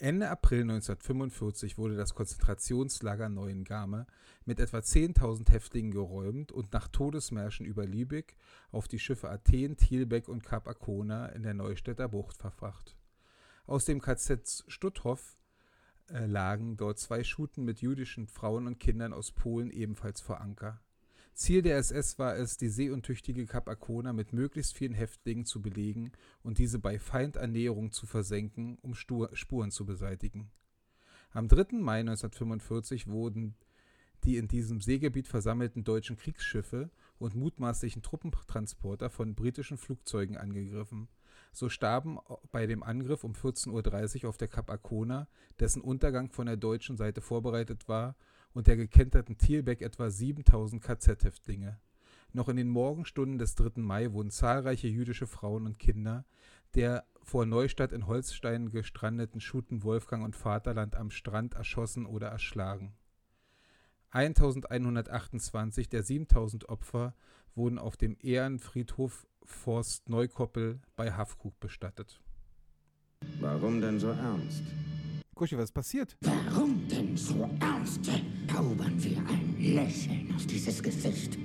Ende April 1945 wurde das Konzentrationslager Neuengamme mit etwa 10.000 Häftlingen geräumt und nach Todesmärschen über Lübeck auf die Schiffe Athen, Thielbeck und Kap Arkona in der Neustädter Bucht verfracht. Aus dem KZ Stutthof lagen dort 2 Schuten mit jüdischen Frauen und Kindern aus Polen ebenfalls vor Anker. Ziel der SS war es, die seeuntüchtige Kap Arkona mit möglichst vielen Häftlingen zu belegen und diese bei Feindannäherung zu versenken, um Spuren zu beseitigen. Am 3. Mai 1945 wurden die in diesem Seegebiet versammelten deutschen Kriegsschiffe und mutmaßlichen Truppentransporter von britischen Flugzeugen angegriffen. So starben bei dem Angriff um 14:30 Uhr auf der Kap Arkona, dessen Untergang von der deutschen Seite vorbereitet war, und der gekenterten Thielbeck etwa 7.000 KZ-Häftlinge. Noch in den Morgenstunden des 3. Mai wurden zahlreiche jüdische Frauen und Kinder der vor Neustadt in Holstein gestrandeten Schuten Wolfgang und Vaterland am Strand erschossen oder erschlagen. 1.128 der 7.000 Opfer wurden auf dem Ehrenfriedhof Forst Neukoppel bei Haffkrug bestattet. Warum denn so ernst? Kuschi, was ist passiert? Warum denn so ernst? Zaubern wir ein Lächeln auf dieses Gesicht.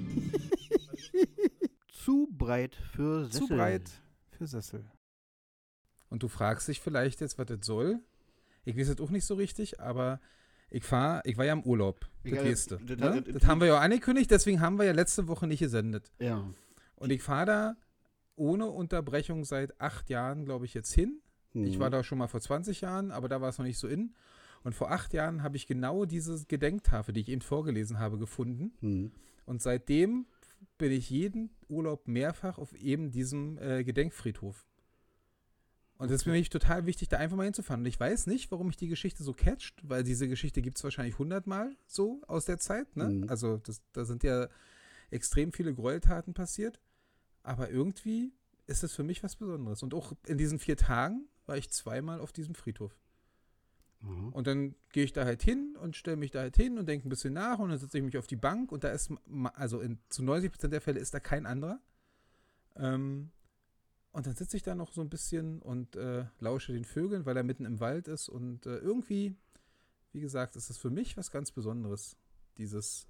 Zu breit für Sessel. Zu breit für Sessel. Und du fragst dich vielleicht jetzt, was das soll. Ich weiß das auch nicht so richtig, aber ich war ja im Urlaub. Das weißt du, ne? Das haben wir ja auch angekündigt, deswegen haben wir ja letzte Woche nicht gesendet. Ja. Und ich fahre da ohne Unterbrechung seit 8 Jahren, glaube ich, jetzt hin. Ich war da schon mal vor 20 Jahren, aber da war es noch nicht so in. Und vor 8 Jahren habe ich genau diese Gedenktafel, die ich eben vorgelesen habe, gefunden. Und seitdem bin ich jeden Urlaub mehrfach auf eben diesem Gedenkfriedhof. Und das ist für mich total wichtig, da einfach mal hinzufahren. Und ich weiß nicht, warum mich die Geschichte so catcht, weil diese Geschichte gibt es wahrscheinlich 100-mal so aus der Zeit. Ne? Also da sind ja extrem viele Gräueltaten passiert. Aber irgendwie ist es für mich was Besonderes. Und auch in diesen 4 Tagen war ich 2-mal auf diesem Friedhof. Und dann gehe ich da halt hin und stelle mich da halt hin und denke ein bisschen nach und dann setze ich mich auf die Bank und da ist, also zu 90% der Fälle ist da kein anderer. Und dann sitze ich da noch so ein bisschen und lausche den Vögeln, weil er mitten im Wald ist und irgendwie, wie gesagt, ist es für mich was ganz Besonderes, diese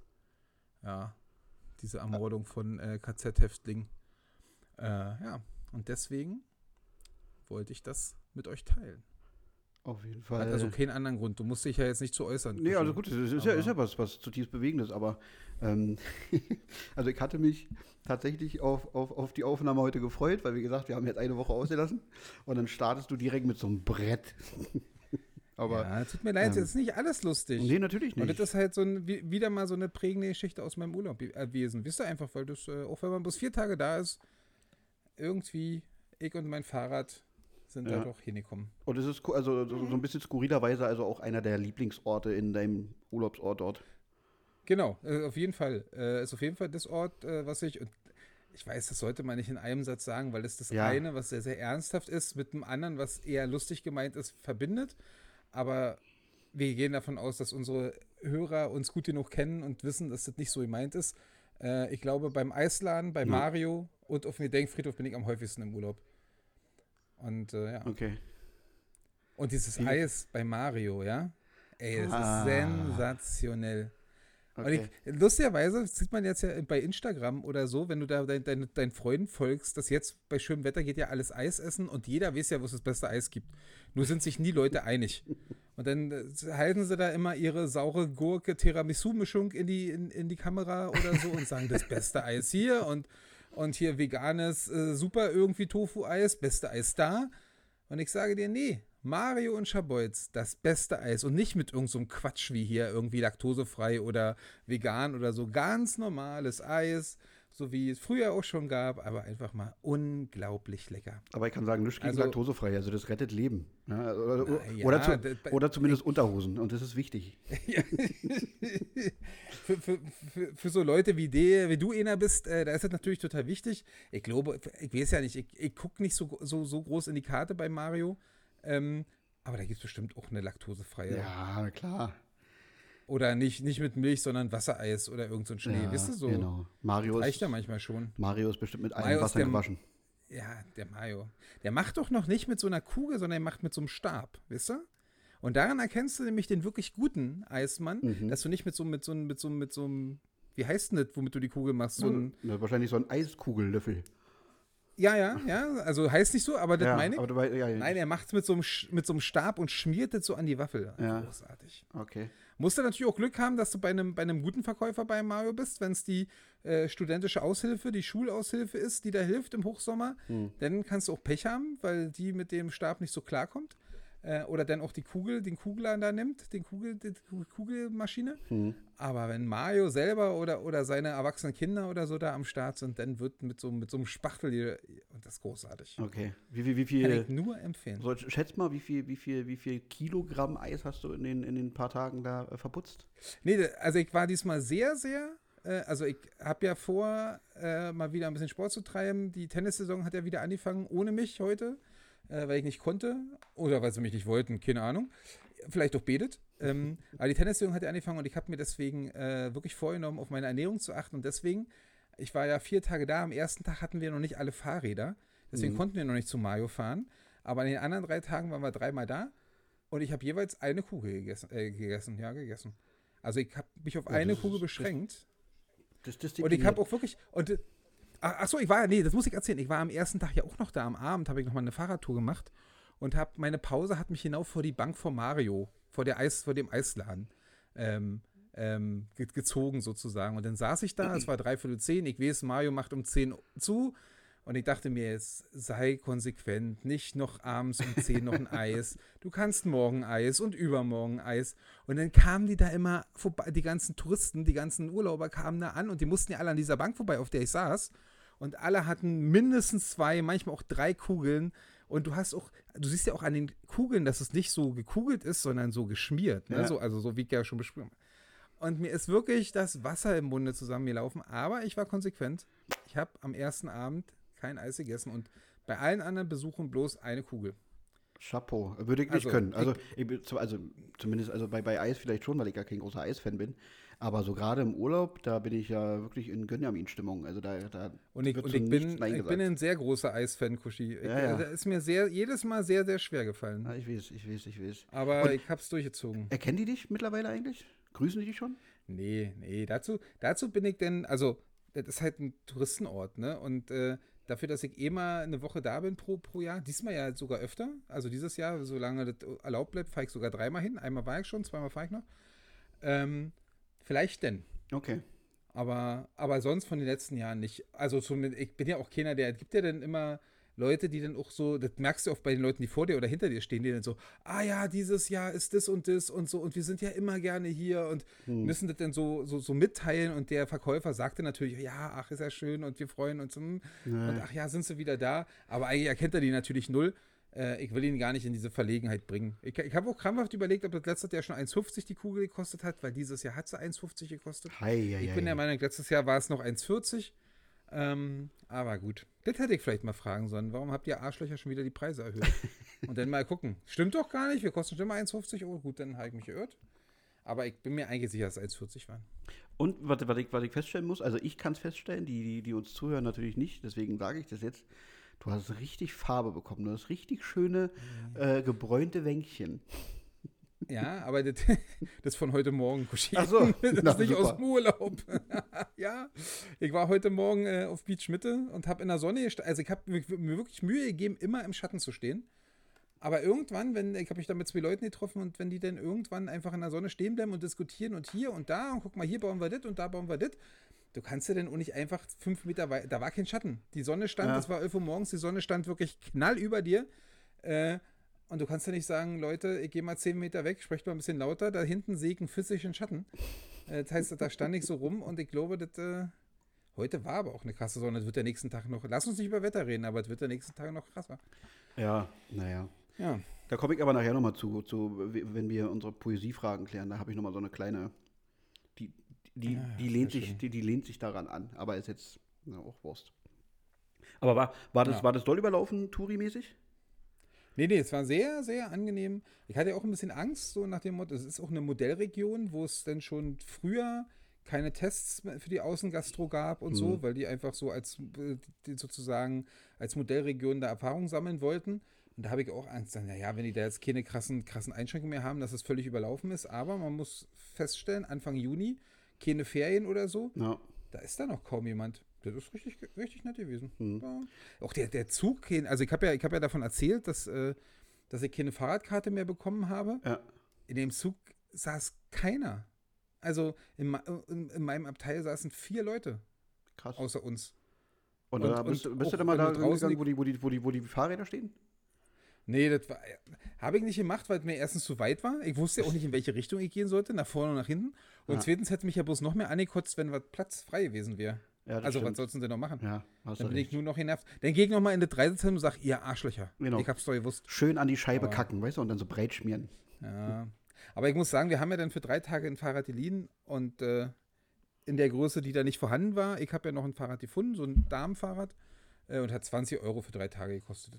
Ermordung von KZ-Häftlingen. Und deswegen wollte ich das mit euch teilen. Auf jeden Fall. Hat also keinen anderen Grund. Du musst dich ja jetzt nicht zu äußern. Nee, also gut, es ist ja was zutiefst Bewegendes, aber also ich hatte mich tatsächlich auf die Aufnahme heute gefreut, weil wie gesagt, wir haben jetzt eine Woche ausgelassen und dann startest du direkt mit so einem Brett. Aber, ja, tut mir leid, es ist nicht alles lustig. Nee, natürlich nicht. Und das ist halt so wieder mal so eine prägende Geschichte aus meinem Urlaub gewesen. Wisst ihr einfach, weil das, auch wenn man bloß 4 Tage da ist, irgendwie, ich und mein Fahrrad sind da doch hingekommen. Und es ist also so ein bisschen skurrilerweise also auch einer der Lieblingsorte in deinem Urlaubsort dort. Genau, auf jeden Fall. Ist auf jeden Fall das Ort, was ich weiß, das sollte man nicht in einem Satz sagen, weil es das eine, was sehr, sehr ernsthaft ist, mit dem anderen, was eher lustig gemeint ist, verbindet. Aber wir gehen davon aus, dass unsere Hörer uns gut genug kennen und wissen, dass das nicht so gemeint ist. Ich glaube, beim Eisladen, bei Mario und auf dem Gedenkfriedhof bin ich am häufigsten im Urlaub. Und Okay. Und dieses Eis bei Mario, ja? Ey, das ist sensationell. Okay. Und lustigerweise sieht man jetzt ja bei Instagram oder so, wenn du da deinen Freunden folgst, dass jetzt bei schönem Wetter geht ja alles Eis essen und jeder weiß ja, wo es das beste Eis gibt. Nur sind sich nie Leute einig. Und dann halten sie da immer ihre saure Gurke Tiramisu-Mischung in die Kamera oder so und sagen, das beste Eis hier und hier veganes, super irgendwie Tofu-Eis, beste Eis da. Und ich sage dir, nee, Mario und Schabolz, das beste Eis. Und nicht mit irgend so einem Quatsch wie hier irgendwie laktosefrei oder vegan oder so. Ganz normales Eis, so wie es früher auch schon gab, aber einfach mal unglaublich lecker. Aber ich kann sagen, nichts gegen laktosefrei, also das rettet Leben. Ja, oder zumindest Unterhosen und das ist wichtig. für so Leute wie du einer bist, da ist das natürlich total wichtig. Ich glaube, ich weiß ja nicht, ich gucke nicht so groß in die Karte bei Mario, aber da gibt es bestimmt auch eine laktosefreie. Ja, klar. Oder nicht mit Milch, sondern Wassereis oder irgend so ein Schnee. Weißt du so? Genau. Reicht ja manchmal schon. Mario ist bestimmt mit einem Wasser gewaschen. Ja, der Mario. Der macht doch noch nicht mit so einer Kugel, sondern er macht mit so einem Stab, weißt du? Und daran erkennst du nämlich den wirklich guten Eismann, dass du nicht mit so einem, wie heißt denn das, womit du die Kugel machst? Wahrscheinlich so ein Eiskugellöffel. Ja, also heißt nicht so, aber das meine ich. Aber Nein, er macht es mit so einem Stab und schmiert das so an die Waffel. Ja. Großartig. Okay. Musst du natürlich auch Glück haben, dass du bei einem guten Verkäufer bei Mario bist, wenn es die studentische Aushilfe, die Schulaushilfe ist, die da hilft im Hochsommer. Dann kannst du auch Pech haben, weil die mit dem Stab nicht so klarkommt. Oder dann auch den Kugler da nimmt, die Kugelmaschine. Aber wenn Mario selber oder seine erwachsenen Kinder oder so da am Start sind, dann wird mit so einem Spachtel hier, und das ist großartig. Okay. Wie viel? Kann ich nur empfehlen. Schätz mal, wie viel Kilogramm Eis hast du in den paar Tagen da verputzt? Nee, also ich war diesmal sehr, sehr, also ich habe ja vor, mal wieder ein bisschen Sport zu treiben. Die Tennissaison hat ja wieder angefangen, ohne mich heute. Weil ich nicht konnte oder weil sie mich nicht wollten, keine Ahnung. Vielleicht auch betet. Aber die Tennissaison hat ja angefangen und ich habe mir deswegen wirklich vorgenommen, auf meine Ernährung zu achten. Und deswegen, ich war ja 4 Tage da. Am ersten Tag hatten wir noch nicht alle Fahrräder. Deswegen konnten wir noch nicht zu Mario fahren. Aber an den anderen 3 Tagen waren wir 3-mal da. Und ich habe jeweils eine Kugel gegessen. Also ich habe mich auf eine Kugel beschränkt. Und ich habe auch wirklich... Achso, das muss ich erzählen. Ich war am ersten Tag ja auch noch da. Am Abend habe ich nochmal eine Fahrradtour gemacht und meine Pause hat mich genau vor die Bank von Mario, vor dem Eisladen gezogen sozusagen. Und dann saß ich da, es war 9:45, ich weiß, Mario macht um 10 zu und ich dachte mir jetzt, sei konsequent, nicht noch abends um 10 noch ein Eis. Du kannst morgen Eis und übermorgen Eis. Und dann kamen die da immer vorbei, die ganzen Touristen, die ganzen Urlauber kamen da an und die mussten ja alle an dieser Bank vorbei, auf der ich saß. Und alle hatten mindestens 2, manchmal auch 3 Kugeln. Und du siehst ja auch an den Kugeln, dass es nicht so gekugelt ist, sondern so geschmiert. Ne? Ja. So wie ich ja schon beschrieben habe. Und mir ist wirklich das Wasser im Munde zusammengelaufen. Aber ich war konsequent. Ich habe am ersten Abend kein Eis gegessen und bei allen anderen Besuchen bloß eine Kugel. Chapeau. Würde ich nicht können. Also zumindest bei Eis vielleicht schon, weil ich gar kein großer Eisfan bin. Aber so gerade im Urlaub, da bin ich ja wirklich in Gönjamin-Stimmung. Also da und ich bin ein sehr großer Eisfan, Kuschi. Da ist mir jedes Mal sehr, sehr schwer gefallen. Ja, ich weiß. Aber ich hab's durchgezogen. Erkennen die dich mittlerweile eigentlich? Grüßen die dich schon? Nee. Dazu bin ich denn, also, das ist halt ein Touristenort, ne? Und dafür, dass ich mal eine Woche da bin pro Jahr, diesmal ja sogar öfter, also dieses Jahr, solange das erlaubt bleibt, fahre ich sogar 3-mal hin. Einmal war ich schon, 2-mal fahre ich noch. Vielleicht denn. Okay. Aber sonst von den letzten Jahren nicht. Also ich bin ja auch keiner, der gibt ja dann immer Leute, die dann auch so, das merkst du oft bei den Leuten, die vor dir oder hinter dir stehen, die dann so, ja, dieses Jahr ist das und so und wir sind ja immer gerne hier und müssen das dann so mitteilen und der Verkäufer sagte natürlich, ja, ach, ist ja schön und wir freuen uns und ach ja, sind sie wieder da, aber eigentlich erkennt er die natürlich null. Ich will ihn gar nicht in diese Verlegenheit bringen. Ich habe auch krampfhaft überlegt, ob das letztes Jahr schon 1,50 die Kugel gekostet hat, weil dieses Jahr hat sie 1,50 gekostet. Ich bin der Meinung, letztes Jahr war es noch 1,40. Aber gut. Das hätte ich vielleicht mal fragen sollen. Warum habt ihr Arschlöcher schon wieder die Preise erhöht? Und dann mal gucken. Stimmt doch gar nicht. Wir kosten schon mal 1,50. Oh gut, dann habe ich mich geirrt. Aber ich bin mir eigentlich sicher, dass es 1,40 waren. Und was ich feststellen muss, also ich kann es feststellen, die uns zuhören natürlich nicht, deswegen sage ich das jetzt. Du hast richtig Farbe bekommen. Du hast richtig schöne, gebräunte Wänkchen. Ja, aber das ist von heute Morgen, Kuschi. Ach so. Das ist nicht aus dem Urlaub. Ja, ich war heute Morgen auf Beach Mitte und habe in der Sonne gestanden. Also ich habe mir wirklich Mühe gegeben, immer im Schatten zu stehen. Aber irgendwann, ich habe mich da mit 2 Leuten getroffen und wenn die dann irgendwann einfach in der Sonne stehen bleiben und diskutieren und hier und da und guck mal, hier bauen wir das und da bauen wir das, du kannst ja dann auch nicht einfach 5 Meter weit, da war kein Schatten. Die Sonne stand, das war 11 Uhr morgens, die Sonne stand wirklich knall über dir. Und du kannst ja nicht sagen, Leute, ich gehe mal 10 Meter weg, sprecht mal ein bisschen lauter, da hinten sehe ich einen physischen Schatten. Das heißt, da stand ich so rum und ich glaube, heute war aber auch eine krasse Sonne. Das wird der nächsten Tag noch, lass uns nicht über Wetter reden, aber es wird der nächsten Tag noch krasser. Ja, naja. Ja. Da komme ich aber nachher nochmal zu, wenn wir unsere Poesiefragen klären, da habe ich nochmal so eine kleine, die lehnt sich daran an, aber ist jetzt auch Wurst. Aber war das doll überlaufen, Touri-mäßig? Nee, es war sehr, sehr angenehm. Ich hatte ja auch ein bisschen Angst, so nach dem Motto, es ist auch eine Modellregion, wo es dann schon früher keine Tests für die Außengastro gab und so, weil die einfach so sozusagen als Modellregion da Erfahrung sammeln wollten. Und da habe ich auch Angst, naja, wenn die da jetzt keine krassen Einschränkungen mehr haben, dass es völlig überlaufen ist. Aber man muss feststellen, Anfang Juni, keine Ferien oder so, Ja. da ist da noch kaum jemand. Das ist richtig nett gewesen. Mhm. Ja. Auch der Zug, also ich hab ja davon erzählt, dass ich keine Fahrradkarte mehr bekommen habe. Ja. In dem Zug saß keiner. Also in meinem Abteil saßen 4 Leute Krass. außer uns. Und und- da bist und du auch da mal wenn da du draußen hingegangen, wo die Fahrräder stehen? Nee, das habe ich nicht gemacht, weil es mir erstens zu weit war. Ich wusste ja auch nicht, in welche Richtung ich gehen sollte, nach vorne und nach hinten. Und Ja. zweitens hätte mich ja bloß noch mehr angekotzt, wenn was Platz frei gewesen wäre. Ja, das Also, stimmt. was sollst du denn noch machen? Ja, hast du Dann bin ich recht. nur noch genervt. Dann gehe ich nochmal in das Reisezentrum und sage, ihr Arschlöcher. Genau. Ich hab's doch gewusst. Schön an die Scheibe Aber- kacken, weißt du, und dann so breit schmieren. Ja. Aber ich muss sagen, wir haben ja dann für 3 Tage ein Fahrrad geliehen und in der Größe, die da nicht vorhanden war, ich habe ja noch ein Fahrrad gefunden, so ein Damenfahrrad, und hat 20 Euro für 3 Tage gekostet.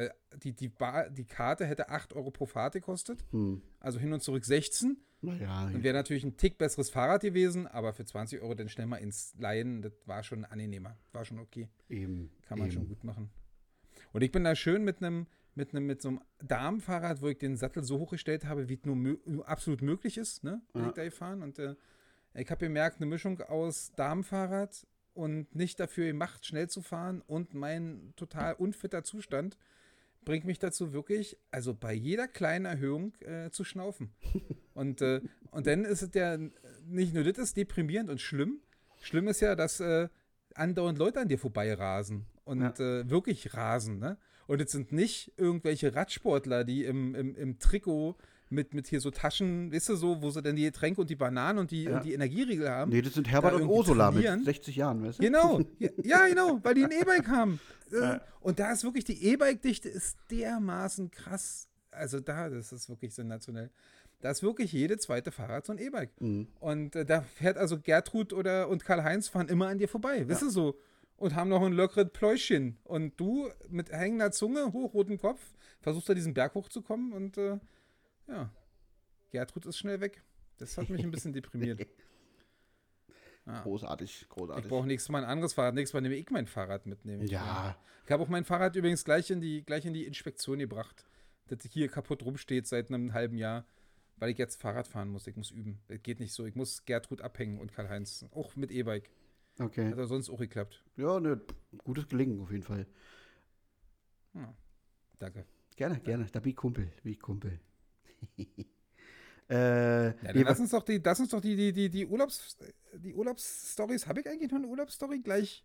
Die Karte hätte 8 Euro pro Fahrt gekostet, also hin und zurück 16. Naja, Und wäre natürlich ein Tick besseres Fahrrad gewesen, aber für 20 Euro dann schnell mal ins Leihen, das war schon angenehmer. War schon okay. eben. Kann man eben. schon gut machen. Und ich bin da schön mit so einem Damenfahrrad, wo ich den Sattel so hochgestellt habe, wie es nur absolut möglich ist, ne? Bin Ja. ich da gefahren. Und ich habe gemerkt, eine Mischung aus Damenfahrrad und nicht dafür gemacht, schnell zu fahren und mein total unfitter Zustand bringt mich dazu wirklich, also bei jeder kleinen Erhöhung zu schnaufen. Und dann ist es ja nicht nur das ist deprimierend und schlimm. Schlimm ist ja, dass andauernd Leute an dir vorbei rasen und wirklich rasen, ne? Und es sind nicht irgendwelche Radsportler, die im Trikot mit hier so Taschen, weißt du, so, wo sie dann die Getränke und die Bananen und die Energieriegel haben. Nee, das sind Herbert und irgendwie Ursula trainieren. mit 60 Jahren, weißt du? Genau, ja, genau, weil die ein E-Bike haben. Und da ist wirklich, die E-Bike-Dichte ist dermaßen krass. Also das ist wirklich sensationell. Da ist wirklich jede zweite Fahrrad so ein E-Bike. Und da fährt also Gertrud und Karl-Heinz fahren immer an dir vorbei, weißt du so. Und haben noch ein lockeres Pläuschchen. Und du mit hängender Zunge, hochrotem Kopf, versuchst da diesen Berg hochzukommen und ja, Gertrud ist schnell weg. Das hat mich ein bisschen deprimiert. Ja. Großartig, großartig. Ich brauche nächstes Mal ein anderes Fahrrad. Nächstes Mal nehme ich mein Fahrrad mit. Ja. Ich habe auch mein Fahrrad übrigens gleich in die Inspektion gebracht, das hier kaputt rumsteht seit einem halben Jahr, weil ich jetzt Fahrrad fahren muss. Ich muss üben. Das geht nicht so. Ich muss Gertrud abhängen und Karl-Heinz. Auch mit E-Bike. Okay. Hat er sonst auch geklappt. Ja, ne, gutes Gelingen auf jeden Fall. Ja. Danke. Gerne, gerne. Da bin ich Kumpel. Ja, nee, dann lass uns doch die Urlaubsstories. Habe ich eigentlich noch eine Urlaubsstory gleich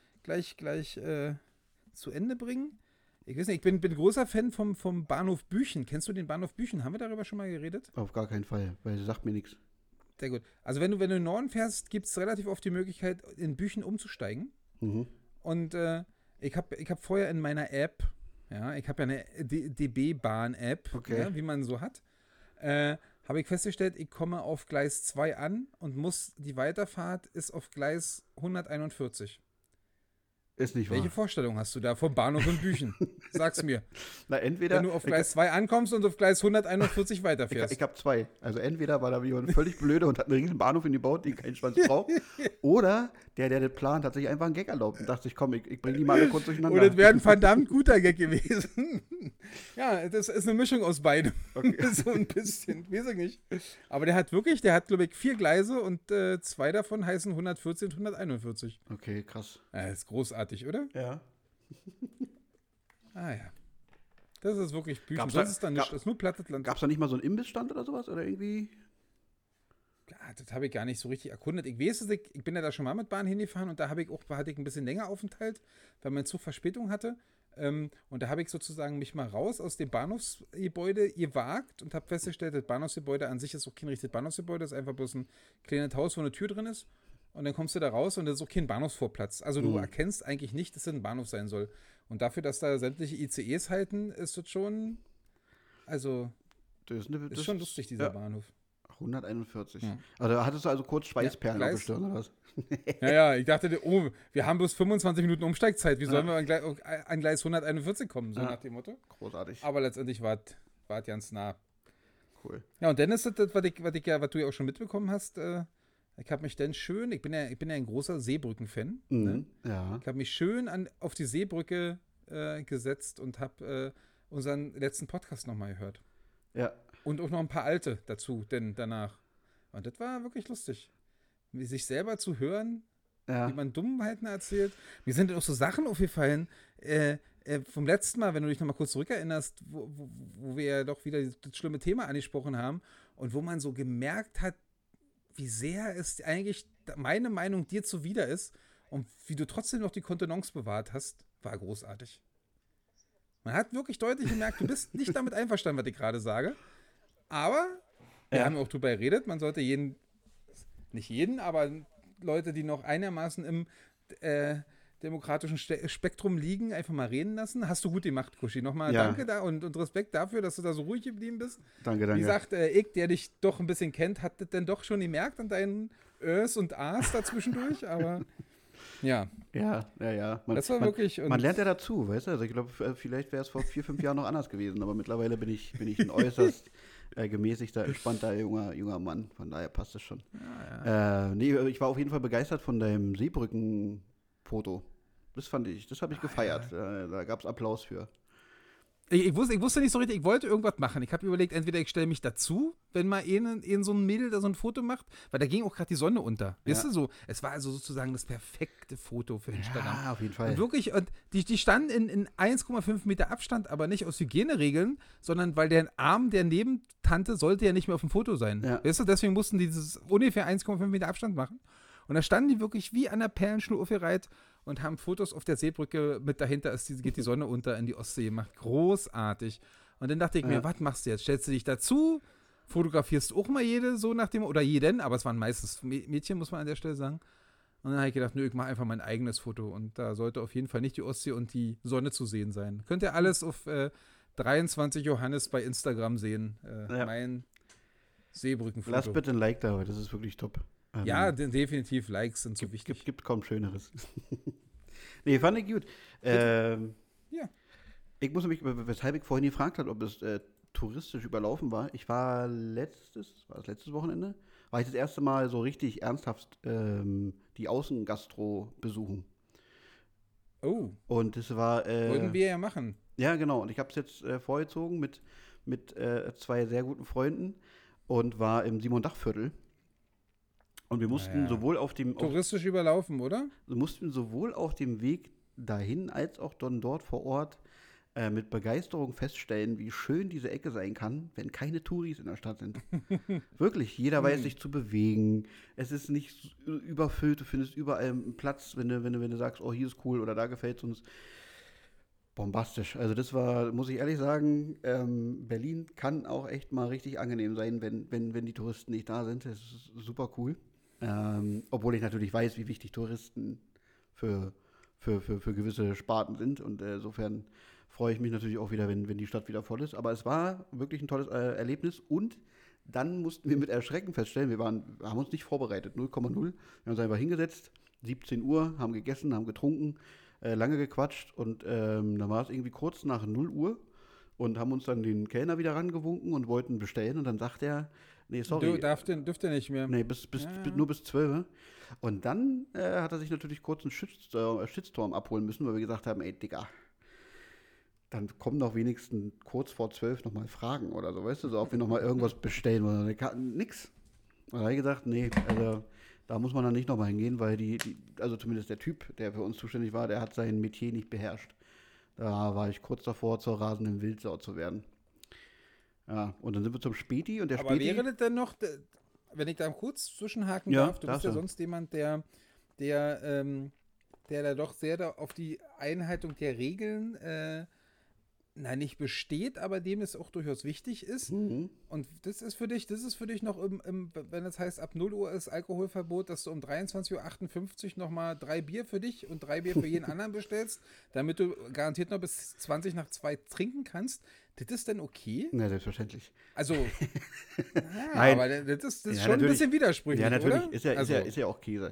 zu Ende bringen? Ich weiß nicht, ich bin großer Fan vom Bahnhof Büchen. Kennst du den Bahnhof Büchen? Haben wir darüber schon mal geredet? auf gar keinen Fall, weil sie sagt mir nichts. Sehr gut. Also wenn du in den Norden fährst, gibt es relativ oft die Möglichkeit, in Büchen umzusteigen. Und ich hab vorher in meiner App, ja, ich habe ja eine DB-Bahn-App, Okay. ja, wie man so hat, habe ich festgestellt, ich komme auf Gleis 2 an und die Weiterfahrt ist auf Gleis 141. Ist nicht wahr. Welche Vorstellung hast du da vom Bahnhof in Büchen? Sag's mir. Na, entweder. Wenn du auf Gleis 2 ankommst und auf Gleis 141 weiterfährst. Ich habe 2. Also entweder war da jemand völlig blöde und hat einen riesen Bahnhof hingebaut, den kein Schwanz braucht. Oder der das plant, hat sich einfach einen Gag erlaubt und dachte sich, komm, ich bringe die mal alle kurz durcheinander. Und es wäre ein verdammt guter Gag gewesen. Ja, das ist eine Mischung aus beidem. Okay. So ein bisschen, weiß ich nicht. Aber der hat, glaube ich, 4 Gleise und 2 davon heißen 114 und 141. Okay, krass. Ja, das ist großartig, oder? Ja. Ah ja. Das ist wirklich Büchen. Gab's da- Das ist dann nicht, das ist nur plattes Land. Gab es da nicht mal so einen Imbissstand oder sowas? Oder irgendwie? Ja, das habe ich gar nicht so richtig erkundet. Ich weiß, dass ich bin ja da schon mal mit Bahn hingefahren und da hatte ich ein bisschen länger Aufenthalt, weil mein Zug Verspätung hatte. Und da habe ich sozusagen mich mal raus aus dem Bahnhofsgebäude gewagt und habe festgestellt, das Bahnhofsgebäude an sich ist auch kein richtiges Bahnhofsgebäude, das ist einfach bloß ein kleines Haus, wo eine Tür drin ist. Und dann kommst du da raus und das ist auch kein Bahnhofsvorplatz. Also du erkennst eigentlich nicht, dass es ein Bahnhof sein soll. Und dafür, dass da sämtliche ICEs halten, ist das schon, also Das ist schon lustig, dieser ja. Bahnhof. 141. Ja. Also da hattest du also kurz Schweißperlen auf der Gleis- Stirn oder was? Ja, ich dachte, oh, wir haben bloß 25 Minuten Umsteigzeit. Wie sollen wir an Gleis 141 kommen, so Ja. nach dem Motto? Großartig. Aber letztendlich war es ganz nah. Cool. Ja, und dann ist das, was du ja auch schon mitbekommen hast, ich habe mich dann schön, ich bin ja ein großer Seebrücken-Fan. Ne? Ja. Ich habe mich schön auf die Seebrücke gesetzt und habe unseren letzten Podcast nochmal gehört. Ja. Und auch noch ein paar alte dazu, denn danach. Und das war wirklich lustig. Wie sich selber zu hören, wie man Dummheiten erzählt. Mir sind auch so Sachen aufgefallen, vom letzten Mal, wenn du dich nochmal kurz zurückerinnerst, wo wir ja doch wieder das schlimme Thema angesprochen haben und wo man so gemerkt hat, wie sehr es eigentlich meine Meinung dir zuwider ist und wie du trotzdem noch die Kontenance bewahrt hast, war großartig. Man hat wirklich deutlich gemerkt, du bist nicht damit einverstanden, was ich gerade sage, aber wir haben auch drüber geredet, man sollte nicht jeden, aber Leute, die noch einigermaßen im demokratischen Spektrum liegen, einfach mal reden lassen. Hast du gut gemacht, Kuschi. Nochmal danke da und Respekt dafür, dass du da so ruhig geblieben bist. Danke. Wie gesagt, ich, der dich doch ein bisschen kennt, hat das denn doch schon gemerkt an deinen Ös und As dazwischendurch, aber ja. Ja. Das war wirklich... Man lernt ja dazu, weißt du? Also ich glaube, vielleicht wäre es vor 4-5 Jahren noch anders gewesen, aber mittlerweile bin ich ein äußerst gemäßigter, entspannter junger Mann. Von daher passt es schon. Ich war auf jeden Fall begeistert von deinem Seebrücken-Foto. Das habe ich gefeiert. Da gab es Applaus für. Ich wusste nicht so richtig, ich wollte irgendwas machen. Ich habe überlegt, entweder ich stelle mich dazu, wenn mal so ein Mädel da so ein Foto macht, weil da ging auch gerade die Sonne unter. Weißt du so? Es war also sozusagen das perfekte Foto für Instagram. Ja, auf jeden Fall. Und wirklich, und die standen in 1,5 Meter Abstand, aber nicht aus Hygieneregeln, sondern weil der Arm der Nebentante sollte ja nicht mehr auf dem Foto sein. Ja. Weißt du, deswegen mussten die dieses ungefähr 1,5 Meter Abstand machen. Und da standen die wirklich wie an der Perlenschnur aufgereiht und haben Fotos auf der Seebrücke mit dahinter geht die Sonne unter in die Ostsee gemacht. Großartig. Und dann dachte ich mir, was machst du jetzt? Stellst du dich dazu? Fotografierst auch mal oder jeden, aber es waren meistens Mädchen, muss man an der Stelle sagen. Und dann habe ich gedacht, ich mache einfach mein eigenes Foto. Und da sollte auf jeden Fall nicht die Ostsee und die Sonne zu sehen sein. Könnt ihr alles auf 23 Johannes bei Instagram sehen. Mein Seebrückenfoto. Lasst bitte ein Like da, das ist wirklich top. Ja, definitiv. Likes sind so wichtig. Gibt kaum Schöneres. Nee, fand ich gut. Ich muss nämlich, weshalb ich vorhin gefragt habe, ob es touristisch überlaufen war. Ich war letztes Wochenende, war ich das erste Mal so richtig ernsthaft die Außengastro besuchen. Oh. Und das war... Wollten wir ja machen. Ja, genau. Und ich habe es jetzt vorgezogen mit 2 sehr guten Freunden und war im Simon-Dach-Viertel. Und wir mussten sowohl auf dem... Touristisch überlaufen, oder? Wir mussten sowohl auf dem Weg dahin als auch dann dort vor Ort mit Begeisterung feststellen, wie schön diese Ecke sein kann, wenn keine Touris in der Stadt sind. Wirklich, jeder weiß sich zu bewegen. Es ist nicht überfüllt, du findest überall einen Platz, wenn du sagst, oh, hier ist cool oder da gefällt es uns. Bombastisch. Also das war, muss ich ehrlich sagen, Berlin kann auch echt mal richtig angenehm sein, wenn die Touristen nicht da sind. Das ist super cool. Obwohl ich natürlich weiß, wie wichtig Touristen für gewisse Sparten sind. Und insofern freue ich mich natürlich auch wieder, wenn die Stadt wieder voll ist. Aber es war wirklich ein tolles Erlebnis. Und dann mussten wir mit Erschrecken feststellen, haben uns nicht vorbereitet, 0,0. Wir haben uns einfach hingesetzt, 17 Uhr, haben gegessen, haben getrunken, lange gequatscht. Und dann war es irgendwie kurz nach 0 Uhr und haben uns dann den Kellner wieder rangewunken und wollten bestellen. Und dann sagt er, nee, sorry. Dürfte nicht mehr. Nee, nur bis 12. Und dann hat er sich natürlich kurz einen Shitstorm abholen müssen, weil wir gesagt haben, ey, Digga, dann kommen doch wenigstens kurz vor 12 nochmal Fragen oder so, weißt du, so ob wir nochmal irgendwas bestellen wollen. Nix. Und da habe ich gesagt, nee, also da muss man dann nicht nochmal hingehen, weil also zumindest der Typ, der für uns zuständig war, der hat sein Metier nicht beherrscht. Da war ich kurz davor, zur rasenden Wildsau zu werden. Ja, und dann sind wir zum Späti und der Aber Späti... wäre das denn noch, wenn ich da kurz zwischenhaken darf, du bist ja sonst jemand, der da doch sehr auf die Einhaltung der Regeln nicht besteht, aber dem es auch durchaus wichtig ist. Mhm. Und das ist für dich noch, wenn es heißt, ab 0 Uhr ist Alkoholverbot, dass du um 23.58 Uhr nochmal 3 Bier für dich und 3 Bier für jeden anderen bestellst, damit du garantiert noch bis 20 nach 2 trinken kannst. Das ist denn okay? Na, selbstverständlich. Also, Nein. aber das ist schon ein bisschen widersprüchlich, ja, natürlich. Oder? Ist ja auch Käse.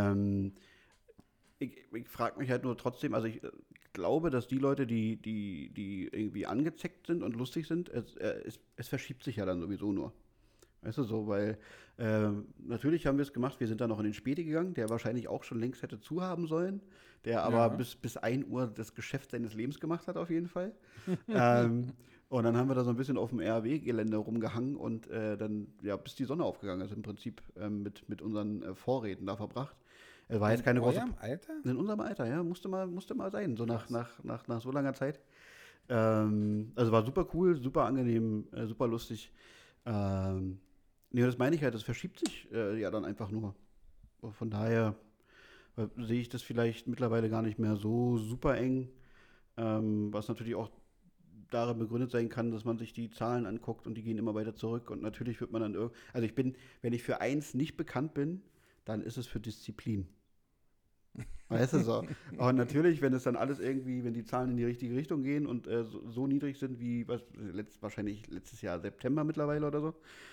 Ich frage mich halt nur trotzdem, also ich glaube, dass die Leute, die irgendwie angezeckt sind und lustig sind, es verschiebt sich ja dann sowieso nur. Weißt du, so, weil natürlich haben wir es gemacht, wir sind dann noch in den Späti gegangen, der wahrscheinlich auch schon längst hätte zu haben sollen, der aber bis 1 Uhr das Geschäft seines Lebens gemacht hat, auf jeden Fall. Und dann haben wir da so ein bisschen auf dem RW-Gelände rumgehangen und dann, ja, bis die Sonne aufgegangen ist, im Prinzip mit unseren Vorräten da verbracht. War jetzt keine große. In eurem Alter? In unserem Alter, ja, musste mal sein, so nach so langer Zeit. Also war super cool, super angenehm, super lustig. Nee, das meine ich halt, das verschiebt sich ja dann einfach nur. Von daher sehe ich das vielleicht mittlerweile gar nicht mehr so super eng, was natürlich auch darin begründet sein kann, dass man sich die Zahlen anguckt und die gehen immer weiter zurück und natürlich wird man dann also wenn ich für eins nicht bekannt bin, dann ist es für Disziplin. Weißt du so. Aber natürlich, wenn es dann alles irgendwie, wenn die Zahlen in die richtige Richtung gehen und so niedrig sind wie wahrscheinlich letztes Jahr September mittlerweile oder so,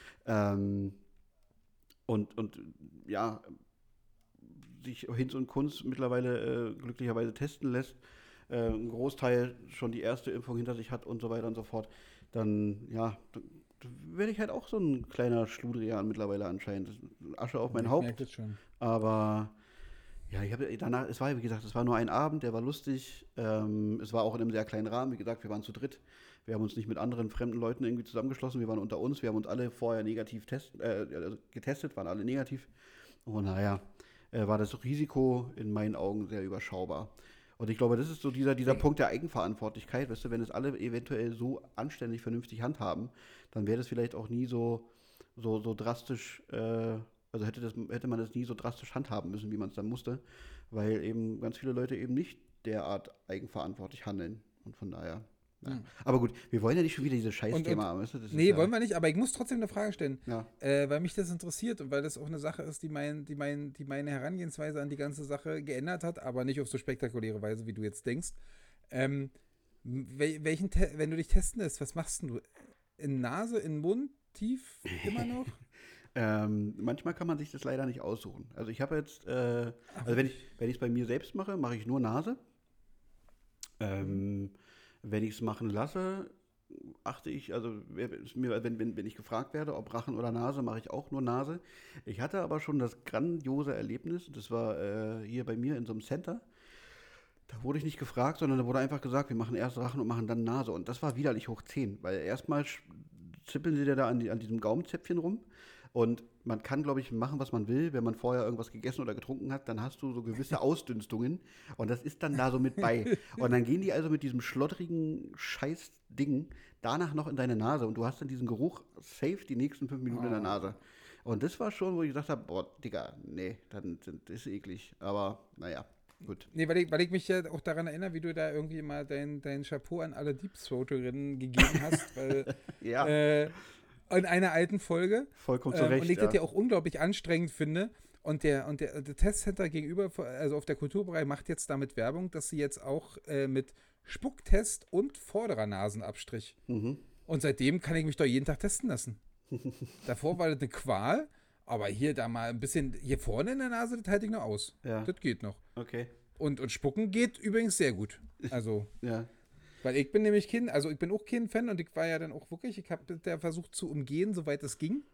und ja, sich Hinz und Kunz mittlerweile glücklicherweise testen lässt, ein Großteil schon die erste Impfung hinter sich hat und so weiter und so fort, dann, ja, werde ich halt auch so ein kleiner Schludrian mittlerweile anscheinend. Asche auf mein Haupt. Ich merke das schon. Aber ja, ich habe danach, es war, wie gesagt, es war nur ein Abend, der war lustig. Es war auch in einem sehr kleinen Rahmen. Wie gesagt, wir waren zu dritt. Wir haben uns nicht mit anderen fremden Leuten irgendwie zusammengeschlossen. Wir waren unter uns. Wir haben uns alle vorher negativ getestet, waren alle negativ. Und naja, war das Risiko in meinen Augen sehr überschaubar. Und ich glaube, das ist so dieser Punkt der Eigenverantwortlichkeit. Weißt du, wenn es alle eventuell so anständig, vernünftig handhaben, dann wäre das vielleicht auch nie so drastisch, also hätte man das nie so drastisch handhaben müssen, wie man es dann musste, weil eben ganz viele Leute eben nicht derart eigenverantwortlich handeln. Und von daher, ja. Aber gut, wir wollen ja nicht schon wieder dieses Scheißthema haben. Weißt du? Nee, wollen wir nicht, aber ich muss trotzdem eine Frage stellen, Ja. weil mich das interessiert und weil das auch eine Sache ist, die meine Herangehensweise an die ganze Sache geändert hat, aber nicht auf so spektakuläre Weise, wie du jetzt denkst. Wenn du dich testen lässt, was machst du? In Nase, in Mund, tief, immer noch? Manchmal kann man sich das leider nicht aussuchen. Also ich habe jetzt, also wenn ich es bei mir selbst mache, mache ich nur Nase. Wenn ich es machen lasse, achte ich, also wenn ich gefragt werde, ob Rachen oder Nase, mache ich auch nur Nase. Ich hatte aber schon das grandiose Erlebnis, das war hier bei mir in so einem Center. Da wurde ich nicht gefragt, sondern da wurde einfach gesagt, wir machen erst Rachen und machen dann Nase. Und das war widerlich hoch 10, weil erstmal zippeln sie dir da an diesem Gaumenzäpfchen rum. Und man kann, glaube ich, machen, was man will. Wenn man vorher irgendwas gegessen oder getrunken hat, dann hast du so gewisse Ausdünstungen. Und das ist dann da so mit bei. Und dann gehen die also mit diesem schlotterigen Scheißding danach noch in deine Nase. Und du hast dann diesen Geruch safe die nächsten 5 Minuten in der Nase. Und das war schon, wo ich gesagt habe, boah, Digga, nee, das ist eklig. Aber naja, gut. Nee, weil ich mich ja auch daran erinnere, wie du da irgendwie mal dein Chapeau an alle Deep Throaterinnen gegeben hast. Weil, ja. In einer alten Folge. Vollkommen zu Recht, und ich das ja auch unglaublich anstrengend finde. Und der Testcenter gegenüber, also auf der Kulturbereich, macht jetzt damit Werbung, dass sie jetzt auch mit Spucktest und vorderer Nasenabstrich. Und seitdem kann ich mich doch jeden Tag testen lassen. Davor war das eine Qual, aber da mal ein bisschen, hier vorne in der Nase, das halte ich noch aus. Ja. Das geht noch. Okay. Und Spucken geht übrigens sehr gut. Also. Ja. Weil ich bin nämlich ich bin auch kein Fan und ich war ja dann auch wirklich, ich habe da versucht zu umgehen, soweit es ging,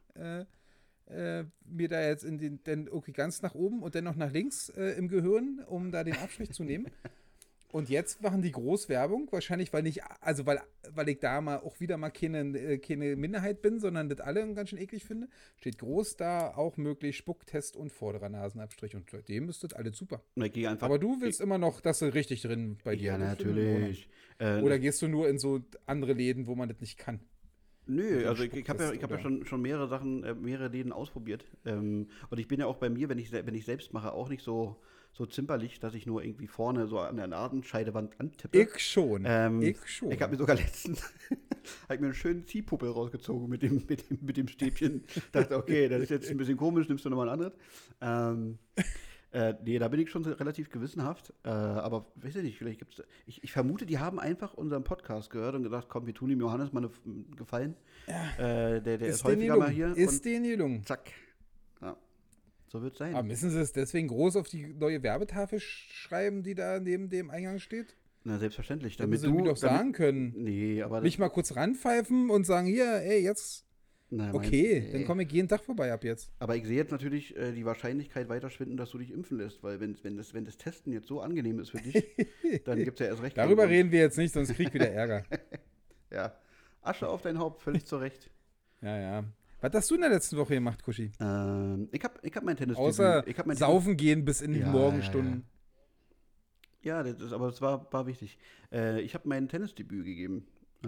mir da jetzt okay, ganz nach oben und dann noch nach links im Gehirn, um da den Abstrich zu nehmen. Und jetzt machen die groß Werbung, wahrscheinlich, weil ich da mal auch wieder mal keine Minderheit bin, sondern das alle ganz schön eklig finde. Steht groß da, auch möglich, Spucktest und vorderer Nasenabstrich. Und seitdem ist das alles super. Aber du willst immer noch, dass du richtig drin bei dir. Ja, natürlich. Oder gehst du nur in so andere Läden, wo man das nicht kann? Nö, also ich habe ja schon mehrere Sachen, mehrere Läden ausprobiert. Und ich bin ja auch bei mir, wenn ich selbst mache, auch nicht so zimperlich, dass ich nur irgendwie vorne so an der Nasenscheidewand antippe. Ich schon. Ich habe mir sogar letztens einen schönen Ziehpuppel rausgezogen mit dem Stäbchen. Dachte, okay, das ist jetzt ein bisschen komisch, nimmst du nochmal ein anderes. Nee, da bin ich schon relativ gewissenhaft. Aber weiß ich nicht, vielleicht gibt's. Ich vermute, die haben einfach unseren Podcast gehört und gesagt, komm, wir tun ihm Johannes mal einen Gefallen. Ja. Der ist häufiger mal hier. Ist denen gelungen. Zack. Ja. So wird es sein. Aber müssen sie es deswegen groß auf die neue Werbetafel schreiben, die da neben dem Eingang steht? Na, selbstverständlich. Damit sie doch sagen können. Nee, aber. Mich mal kurz ranpfeifen und sagen, hier, ey, jetzt Na, Okay, dann komme ich jeden Tag vorbei ab jetzt. Aber ich sehe jetzt natürlich die Wahrscheinlichkeit weiter schwinden, dass du dich impfen lässt, weil wenn das Testen jetzt so angenehm ist für dich, dann gibt es ja erst recht. Darüber reden wir jetzt nicht, sonst krieg ich wieder Ärger. Ja, Asche auf dein Haupt, völlig zu Recht. Ja. Was hast du in der letzten Woche gemacht, Kuschi? Ich hab mein Tennis. Außer saufen gehen bis in die Morgenstunden. Ja, aber das war wichtig. Ich habe mein Tennisdebüt gegeben.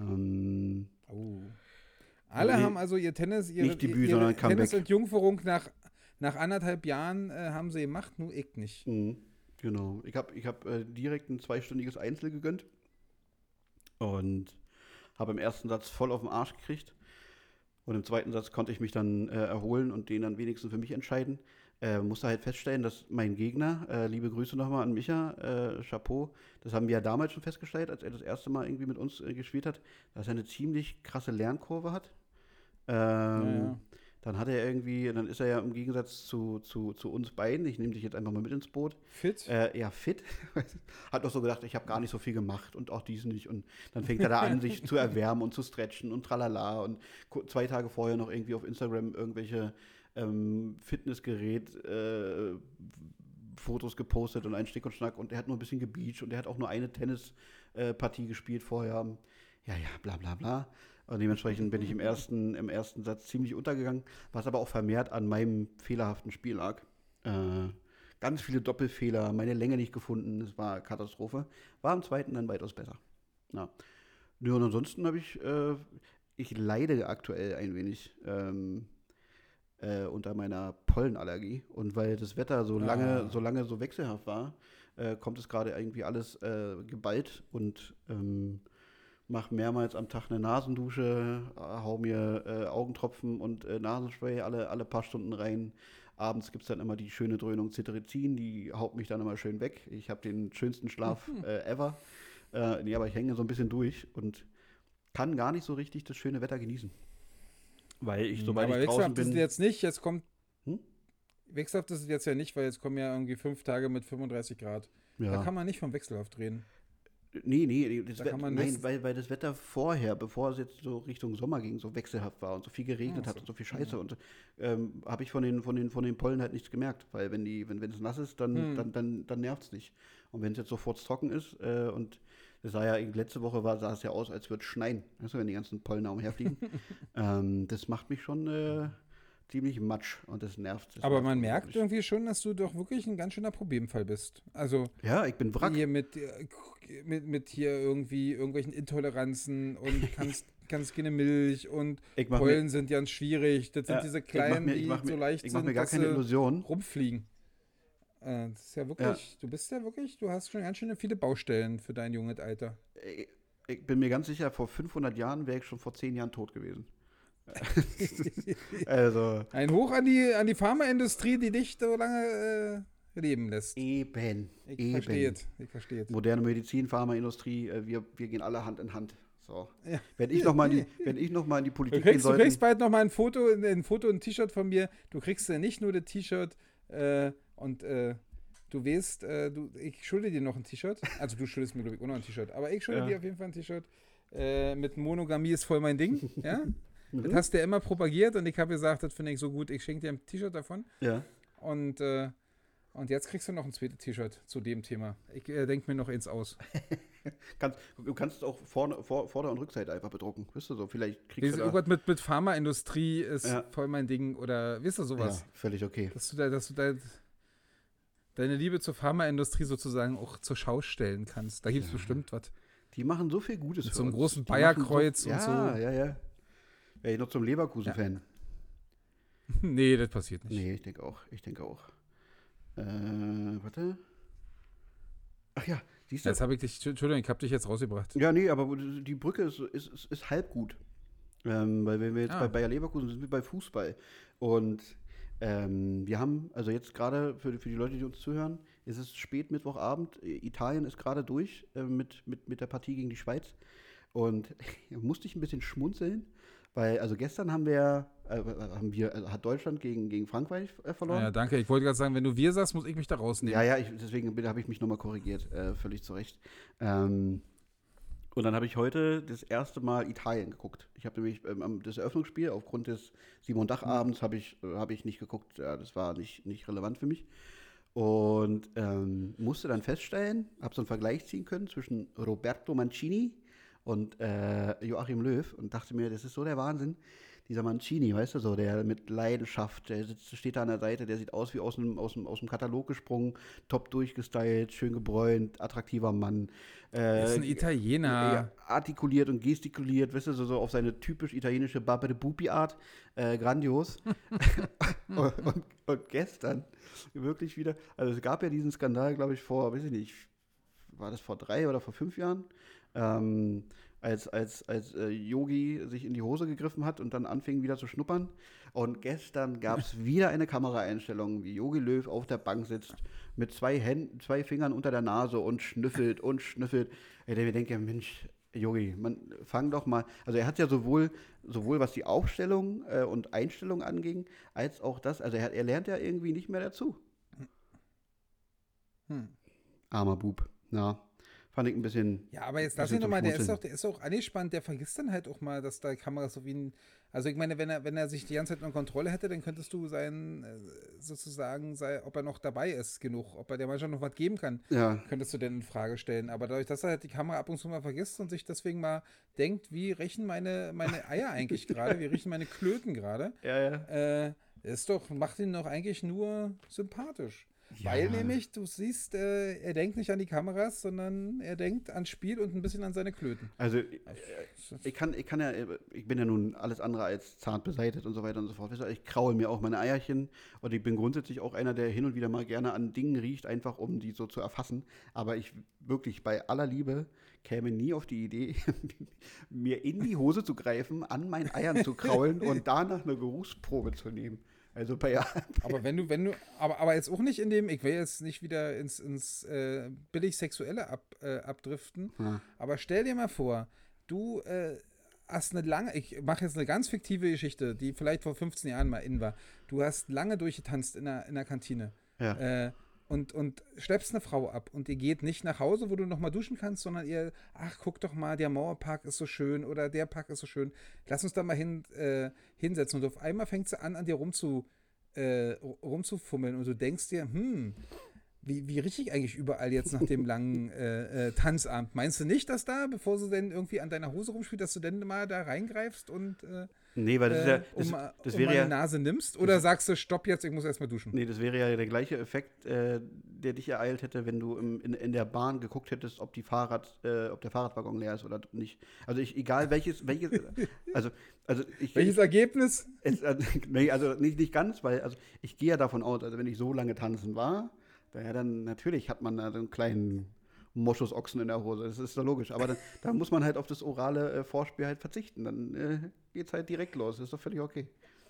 Alle haben also ihr Tennis, nicht Debüt, ihre sondern Comeback. Tennisentjungferung nach 1,5 Jahren haben sie gemacht, nur ich nicht. Genau. Ich hab direkt ein 2-stündiges Einzel gegönnt und habe im ersten Satz voll auf den Arsch gekriegt. Und im zweiten Satz konnte ich mich dann erholen und den dann wenigstens für mich entscheiden. Musste halt feststellen, dass mein Gegner, liebe Grüße nochmal an Micha, Chapeau, das haben wir ja damals schon festgestellt, als er das erste Mal irgendwie mit uns gespielt hat, dass er eine ziemlich krasse Lernkurve hat. Dann hat er irgendwie, dann ist er ja im Gegensatz zu uns beiden, ich nehme dich jetzt einfach mal mit ins Boot. Fit? Fit. Hat doch so gedacht, ich habe gar nicht so viel gemacht und auch dies nicht. Und dann fängt er da an, sich zu erwärmen und zu stretchen und tralala. Und 2 Tage vorher noch irgendwie auf Instagram irgendwelche Fitnessgerät Fotos gepostet und einen Schnick und Schnack. Und er hat nur ein bisschen gebeacht und er hat auch nur eine Tennispartie gespielt vorher. Ja, bla bla bla. Und dementsprechend bin ich im ersten Satz ziemlich untergegangen, was aber auch vermehrt an meinem fehlerhaften Spiel lag. Ganz viele Doppelfehler, meine Länge nicht gefunden, es war Katastrophe. War im zweiten dann weitaus besser. Ja, und ansonsten habe ich leide aktuell ein wenig unter meiner Pollenallergie. Und weil das Wetter so lange so wechselhaft war, kommt es gerade irgendwie alles geballt und mache mehrmals am Tag eine Nasendusche, hau mir Augentropfen und Nasenspray alle paar Stunden rein. Abends gibt es dann immer die schöne Dröhnung Cetirizin, die haut mich dann immer schön weg. Ich habe den schönsten Schlaf ever. Aber ich hänge so ein bisschen durch und kann gar nicht so richtig das schöne Wetter genießen. Weil ich, sobald ich draußen bin... Aber wechselhaft ist es jetzt ja nicht, weil jetzt kommen ja irgendwie 5 Tage mit 35 Grad. Ja. Da kann man nicht vom Wechselhaft reden. Nee, weil das Wetter vorher, bevor es jetzt so Richtung Sommer ging, so wechselhaft war und so viel geregnet hat und so viel Scheiße und habe ich von den Pollen halt nichts gemerkt, weil wenn es nass ist, dann nervt es nicht. Und wenn es jetzt sofort trocken ist und das sah ja letzte Woche sah es ja aus, als würde es schneien, weißt du, wenn die ganzen Pollen da umherfliegen. Das macht mich schon ziemlich matsch und das nervt. Aber man merkt irgendwie schon, dass du doch wirklich ein ganz schöner Problemfall bist. Also ja, ich bin Wrack. Hier mit hier irgendwie irgendwelchen Intoleranzen und kannst keine Milch und Pollen sind ganz schwierig. Das sind diese kleinen, die so leicht sind, ich mach mir gar keine Illusion. Rumfliegen. Das ist ja wirklich, du hast schon ganz schön viele Baustellen für dein junges Alter. Ich bin mir ganz sicher, vor 500 Jahren wäre ich schon vor 10 Jahren tot gewesen. Also. Ein Hoch an die Pharmaindustrie, die dich so lange leben lässt. Eben. Ich verstehe. Moderne Medizin, Pharmaindustrie, wir gehen alle Hand in Hand. So. Ja. Wenn ich noch mal in die Politik gehen sollte. Du kriegst bald noch mal ein Foto und ein T-Shirt von mir. Du kriegst ja nicht nur das T-Shirt und du weißt, ich schulde dir noch ein T-Shirt. Also du schuldest mir, glaube ich, auch noch ein T-Shirt. Aber ich schulde dir auf jeden Fall ein T-Shirt. Mit Monogamie ist voll mein Ding. Ja? Das hast du ja immer propagiert und ich habe gesagt, das finde ich so gut, ich schenke dir ein T-Shirt davon. Ja. Und jetzt kriegst du noch ein zweites T-Shirt zu dem Thema. Ich denke mir noch eins aus. Du kannst auch Vorder- und Rückseite einfach bedrucken. Weißt du so, vielleicht kriegst du irgendwas mit Pharmaindustrie ist voll mein Ding oder weißt du sowas. Ja, völlig okay. Dass du deine Liebe zur Pharmaindustrie sozusagen auch zur Schau stellen kannst. Da gibt es bestimmt was. Die machen so viel Gutes mit so einem großen Bayerkreuz und so. Ja. Wäre ich noch zum Leverkusen-Fan. Nee, das passiert nicht. Nee, ich denke auch. Warte. Ach ja, siehst du? Entschuldigung, ich habe dich jetzt rausgebracht. Ja, nee, aber die Brücke ist halb gut. Weil wenn wir jetzt bei Bayer Leverkusen sind, wir bei Fußball. Und wir haben, also jetzt gerade für die Leute, die uns zuhören, ist es spät Mittwochabend. Italien ist gerade durch mit der Partie gegen die Schweiz. Und musste ich ein bisschen schmunzeln. Weil, also gestern hat Deutschland gegen Frankreich verloren. Ja, danke. Ich wollte gerade sagen, wenn du wir sagst, muss ich mich da rausnehmen. Ja, deswegen habe ich mich nochmal korrigiert. Völlig zu Recht. Und dann habe ich heute das erste Mal Italien geguckt. Ich habe nämlich das Eröffnungsspiel aufgrund des Simon Dach-Abends habe ich nicht geguckt. Ja, das war nicht relevant für mich. Und musste dann feststellen, habe so einen Vergleich ziehen können zwischen Roberto Mancini und Joachim Löw und dachte mir, das ist so der Wahnsinn. Dieser Mancini, weißt du, so der mit Leidenschaft, steht da an der Seite, der sieht aus wie aus dem Katalog gesprungen, top durchgestylt, schön gebräunt, attraktiver Mann. Ist ein Italiener. Artikuliert und gestikuliert, weißt du, so auf seine typisch italienische Babbe de Bupi-Art. Grandios. und gestern wirklich wieder, also es gab ja diesen Skandal, glaube ich, weiß ich nicht, war das vor 3 oder vor 5 Jahren? Als Yogi sich in die Hose gegriffen hat und dann anfing wieder zu schnuppern. Und gestern gab es wieder eine Kameraeinstellung, wie Jogi Löw auf der Bank sitzt, mit 2 Fingern unter der Nase und schnüffelt und schnüffelt. Ich denke, Mensch, Jogi, fang doch mal. Also er hat ja sowohl was die Aufstellung und Einstellung anging, als auch das, also er lernt ja irgendwie nicht mehr dazu. Armer Bub, ja. Fand ich ein bisschen. Ja, aber jetzt lass ihn nochmal, der ist auch angespannt, der vergisst dann halt auch mal, dass da Kamera so wie ein. Also ich meine, wenn er sich die ganze Zeit unter Kontrolle hätte, dann könntest du ob er noch dabei ist genug, ob er der Mannschaft noch was geben kann, könntest du denn in Frage stellen. Aber dadurch, dass er halt die Kamera ab und zu mal vergisst und sich deswegen mal denkt, wie riechen meine Eier eigentlich gerade, wie riechen meine Klöten gerade, macht ihn doch eigentlich nur sympathisch. Ja. Weil nämlich, du siehst, er denkt nicht an die Kameras, sondern er denkt ans Spiel und ein bisschen an seine Klöten. Also, ich bin ja nun alles andere als zart beseitet und so weiter und so fort. Ich kraule mir auch meine Eierchen und ich bin grundsätzlich auch einer, der hin und wieder mal gerne an Dingen riecht, einfach um die so zu erfassen. Aber ich wirklich bei aller Liebe käme nie auf die Idee, mir in die Hose zu greifen, an meinen Eiern zu kraulen und danach eine Geruchsprobe zu nehmen. Also aber jetzt auch nicht ich will jetzt nicht wieder ins billig Sexuelle abdriften, aber stell dir mal vor, du hast ich mache jetzt eine ganz fiktive Geschichte, die vielleicht vor 15 Jahren mal in war. Du hast lange durchgetanzt in der Kantine. Ja. Und schleppst eine Frau ab und ihr geht nicht nach Hause, wo du noch mal duschen kannst, sondern guck doch mal, der Mauerpark ist so schön oder der Park ist so schön, lass uns da mal hinsetzen und auf einmal fängt sie an dir rumzufummeln und du denkst dir, wie rieche ich eigentlich überall jetzt nach dem langen Tanzabend? Meinst du nicht, dass da, bevor sie denn irgendwie an deiner Hose rumspielt, dass du denn mal da reingreifst und nee, weil das wäre meine Nase nimmst? Oder sagst du, stopp jetzt, ich muss erstmal duschen? Nee, das wäre ja der gleiche Effekt, der dich ereilt hätte, wenn du in der Bahn geguckt hättest, ob der Fahrradwaggon leer ist oder nicht. Also egal welches welches Ergebnis? Nee, also nicht ganz, weil ich gehe ja davon aus, also wenn ich so lange tanzen war, dann natürlich hat man da so einen kleinen Moschusochsen in der Hose, das ist doch logisch. Aber dann muss man halt auf das orale Vorspiel halt verzichten. Dann geht's halt direkt los, das ist doch völlig okay.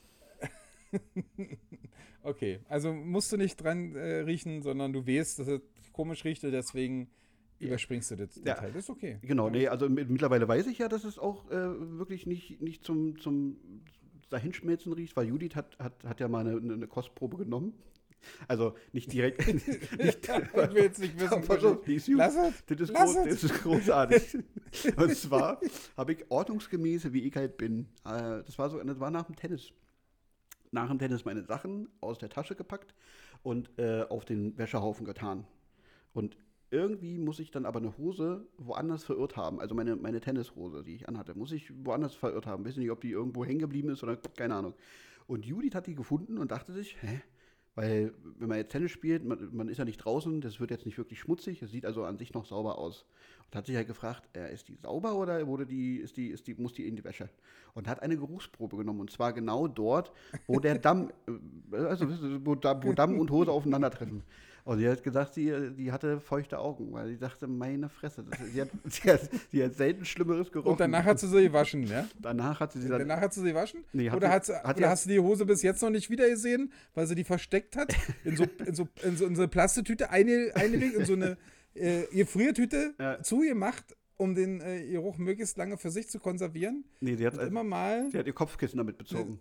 Okay, also musst du nicht dran riechen, sondern du weißt, dass es komisch riecht und deswegen überspringst du das Detail. Das ist okay. Genau, nee, also mittlerweile weiß ich ja, dass es auch wirklich nicht zum Dahinschmelzen riecht, weil Judith hat ja mal eine Kostprobe genommen. Also nicht direkt. Ich will jetzt nicht wissen, das ist großartig. Und zwar habe ich ordnungsgemäß, wie ich halt bin, das war nach dem Tennis. Nach dem Tennis meine Sachen aus der Tasche gepackt und auf den Wäschehaufen getan. Und irgendwie muss ich dann aber eine Hose woanders verirrt haben. Also meine Tennishose, die ich anhatte, muss ich woanders verirrt haben. Weiß nicht, ob die irgendwo hängen geblieben ist oder keine Ahnung. Und Judith hat die gefunden und dachte sich, weil, wenn man jetzt Tennis spielt, man ist ja nicht draußen, das wird jetzt nicht wirklich schmutzig, es sieht also an sich noch sauber aus. Und hat sich halt gefragt, ist die sauber oder muss die in die Wäsche? Und hat eine Geruchsprobe genommen, und zwar genau dort, wo der Damm, wo Damm und Hose aufeinandertreffen. Und sie hat gesagt, die hatte feuchte Augen, weil sie dachte, meine Fresse, sie hat selten Schlimmeres gerochen. Und danach hat sie sie gewaschen, ja? Danach hat sie waschen? Nee, oder hast du die Hose bis jetzt noch nicht wieder gesehen, weil sie die versteckt hat? In so eine Plastetüte eingelegt, in so eine Gefriertüte zugemacht, um den Geruch möglichst lange für sich zu konservieren? Nee, sie hat ihr Kopfkissen damit bezogen.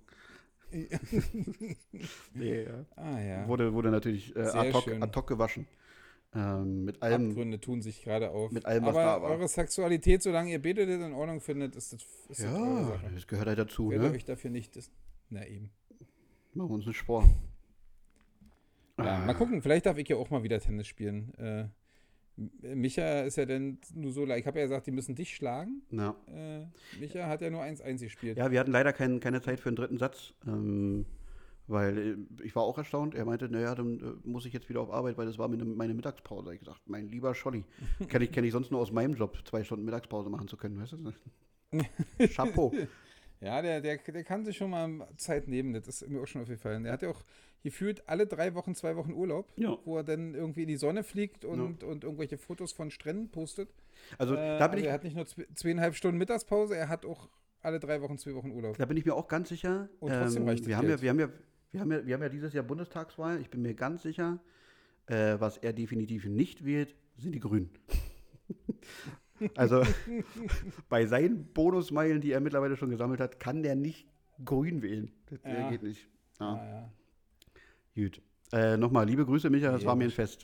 Nee, ja. Wurde natürlich ad hoc gewaschen. Mit allem. Abgründe tun sich gerade auf. Mit allem, was aber da war. eure Sexualität, solange ihr betet in Ordnung findet, ist das eure Ja, Sache. das gehört halt dazu, Ich werde ne? euch dafür nicht... Na eben. Machen wir uns einen Sport. Ja, mal gucken, vielleicht darf ich ja auch mal wieder Tennis spielen. Micha ist ja dann nur so, ich habe ja gesagt, die müssen dich schlagen. Ja. Micha hat ja nur 1-1 gespielt. Ja, wir hatten leider keine Zeit für einen dritten Satz, weil ich war auch erstaunt. Er meinte, naja, dann muss ich jetzt wieder auf Arbeit, weil das war meine Mittagspause. Ich gesagt, mein lieber Scholli, kenn ich sonst nur aus meinem Job, 2 Stunden Mittagspause machen zu können, weißt du? Chapeau. Ja, der kann sich schon mal Zeit nehmen, das ist mir auch schon aufgefallen. Der hat ja auch gefühlt alle 3 Wochen, 2 Wochen Urlaub, Ja. wo er dann irgendwie in die Sonne fliegt und irgendwelche Fotos von Stränden postet. Also da bin er hat nicht nur 2,5 Stunden Mittagspause, er hat auch alle 3 Wochen, 2 Wochen Urlaub. Da bin ich mir auch ganz sicher. Und trotzdem reicht das wir haben Geld. ja dieses Jahr Bundestagswahl. Ich bin mir ganz sicher, was er definitiv nicht wählt, sind die Grünen. Also bei seinen Bonusmeilen, die er mittlerweile schon gesammelt hat, kann der nicht Grün wählen. Das geht nicht. Ja. Ja. Gut. Nochmal, liebe Grüße, Micha, das war mir ein Fest.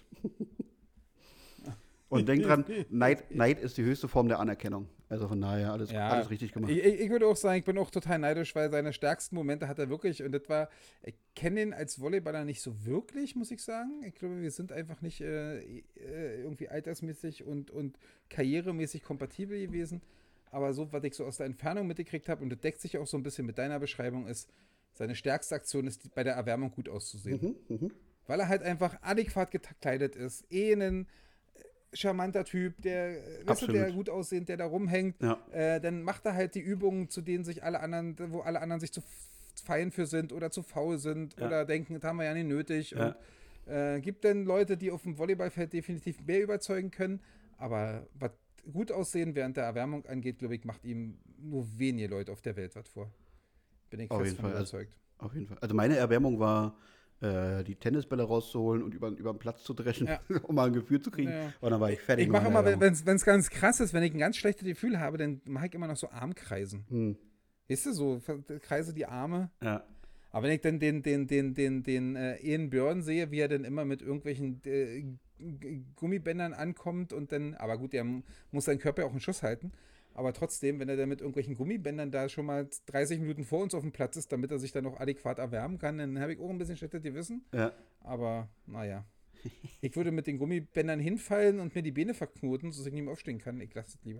Und denk dran, Neid ist die höchste Form der Anerkennung. Also von daher alles richtig gemacht. Ich würde auch sagen, ich bin auch total neidisch, weil seine stärksten Momente hat er wirklich, und das war, ich kenne ihn als Volleyballer nicht so wirklich, muss ich sagen. Ich glaube, wir sind einfach nicht irgendwie altersmäßig und karrieremäßig kompatibel gewesen. Aber so, was ich so aus der Entfernung mitgekriegt habe, und das deckt sich auch so ein bisschen mit deiner Beschreibung, ist, seine stärkste Aktion ist, bei der Erwärmung gut auszusehen. Weil er halt einfach adäquat gekleidet ist. Ein charmanter Typ, der gut aussehend, der da rumhängt. Ja. Dann macht er halt die Übungen, zu denen sich alle anderen, wo alle anderen sich zu fein für sind oder zu faul sind oder denken, das haben wir ja nicht nötig. Ja. Und gibt dann Leute, die auf dem Volleyballfeld definitiv mehr überzeugen können, aber was gut aussehen während der Erwärmung angeht, glaube ich, macht ihm nur wenige Leute auf der Welt was vor. Bin ich fest von überzeugt. Auf jeden Fall. Also meine Erwärmung war, die Tennisbälle rauszuholen und über den Platz zu dreschen, um mal ein Gefühl zu kriegen. Ja. Und dann war ich fertig. Ich mache immer, wenn es ganz krass ist, wenn ich ein ganz schlechtes Gefühl habe, dann mache ich immer noch so Armkreisen. Weißt du, so kreise die Arme. Ja. Aber wenn ich dann den Ian Björn sehe, wie er dann immer mit irgendwelchen Gummibändern ankommt und dann, aber gut, der muss seinen Körper auch in Schuss halten. Aber trotzdem, wenn er dann mit irgendwelchen Gummibändern da schon mal 30 Minuten vor uns auf dem Platz ist, damit er sich dann noch adäquat erwärmen kann, dann habe ich auch ein bisschen schlechtes Gewissen. Ja. Aber, naja. Ich würde mit den Gummibändern hinfallen und mir die Beine verknoten, sodass ich nicht mehr aufstehen kann. Ich lasse das lieber.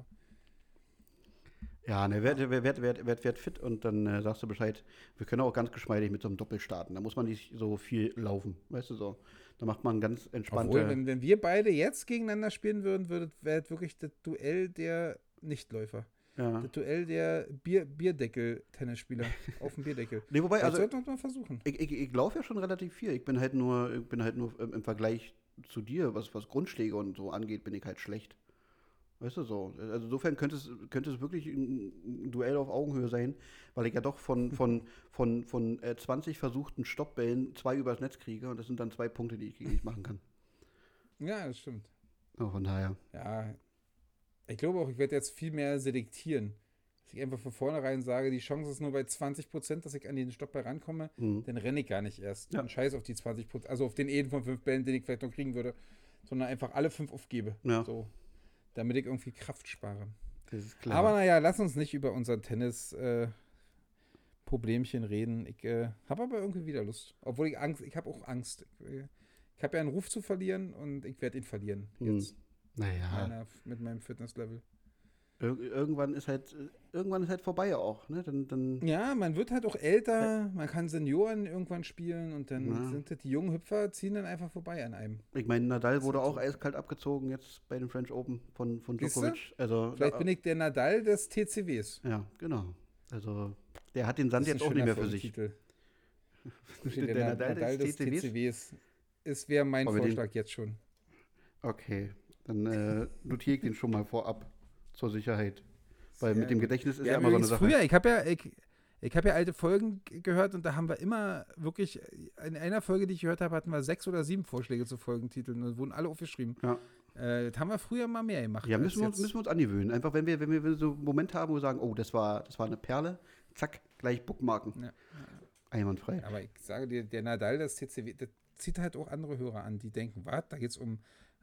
Ja, ne, werd fit und dann sagst du Bescheid. Wir können auch ganz geschmeidig mit so einem Doppel starten. Da muss man nicht so viel laufen, weißt du so. Da macht man ganz entspannte... Obwohl, wenn wir beide jetzt gegeneinander spielen würden, wäre das wirklich das Duell der Nichtläufer. Ja. Das Duell der Bierdeckel-Tennisspieler auf dem Bierdeckel. Nee, wobei, das sollten wir mal versuchen. Ich laufe ja schon relativ viel. Ich bin halt nur im Vergleich zu dir, was Grundschläge und so angeht, bin ich halt schlecht. Weißt du so. Also insofern könnte es wirklich ein Duell auf Augenhöhe sein, weil ich ja doch von 20 versuchten Stoppbällen 2 übers Netz kriege und das sind dann 2 Punkte, die ich gegen dich machen kann. Ja, das stimmt. Oh, von daher. Ja, ich glaube auch, ich werde jetzt viel mehr selektieren. Dass ich einfach von vornherein sage, die Chance ist nur bei 20%, dass ich an den Stoppball rankomme, dann renne ich gar nicht erst. Ja. Und scheiß auf die 20%, also auf den jeden von 5 Bällen, den ich vielleicht noch kriegen würde, sondern einfach alle 5 aufgebe. Ja. So, damit ich irgendwie Kraft spare. Das ist klar. Aber naja, lass uns nicht über unser Tennis-Problemchen reden. Ich habe aber irgendwie wieder Lust. Obwohl ich habe auch Angst. Ich habe ja einen Ruf zu verlieren und ich werde ihn verlieren jetzt. Naja. Mit meinem Fitnesslevel. Irgendwann ist halt vorbei auch, ne? Dann ja, man wird halt auch älter, man kann Senioren irgendwann spielen und dann sind das die jungen Hüpfer, ziehen dann einfach vorbei an einem. Ich meine, Nadal wurde auch eiskalt abgezogen jetzt bei den French Open von Djokovic. Also, vielleicht bin ich der Nadal des TCWs. Ja, genau. Also der hat den Sand jetzt auch nicht mehr für sich. Der Nadal des TCWs wäre mein Vorschlag jetzt schon. Okay, dann notiere ich den schon mal vorab zur Sicherheit. Weil mit dem Gedächtnis ist ja immer so eine Sache. Früher, ich habe ja alte Folgen gehört und da haben wir immer wirklich, in einer Folge, die ich gehört habe, hatten wir 6 oder 7 Vorschläge zu Folgentiteln und wurden alle aufgeschrieben. Ja. Das haben wir früher mal mehr gemacht. Ja, müssen wir uns angewöhnen. Einfach, wenn wir so einen Moment haben, wo wir sagen, oh, das war eine Perle, zack, gleich bookmarken. Ja. Einwandfrei. Aber ich sage dir, der Nadal, das TCW, das zieht halt auch andere Hörer an, die denken, was, da geht es um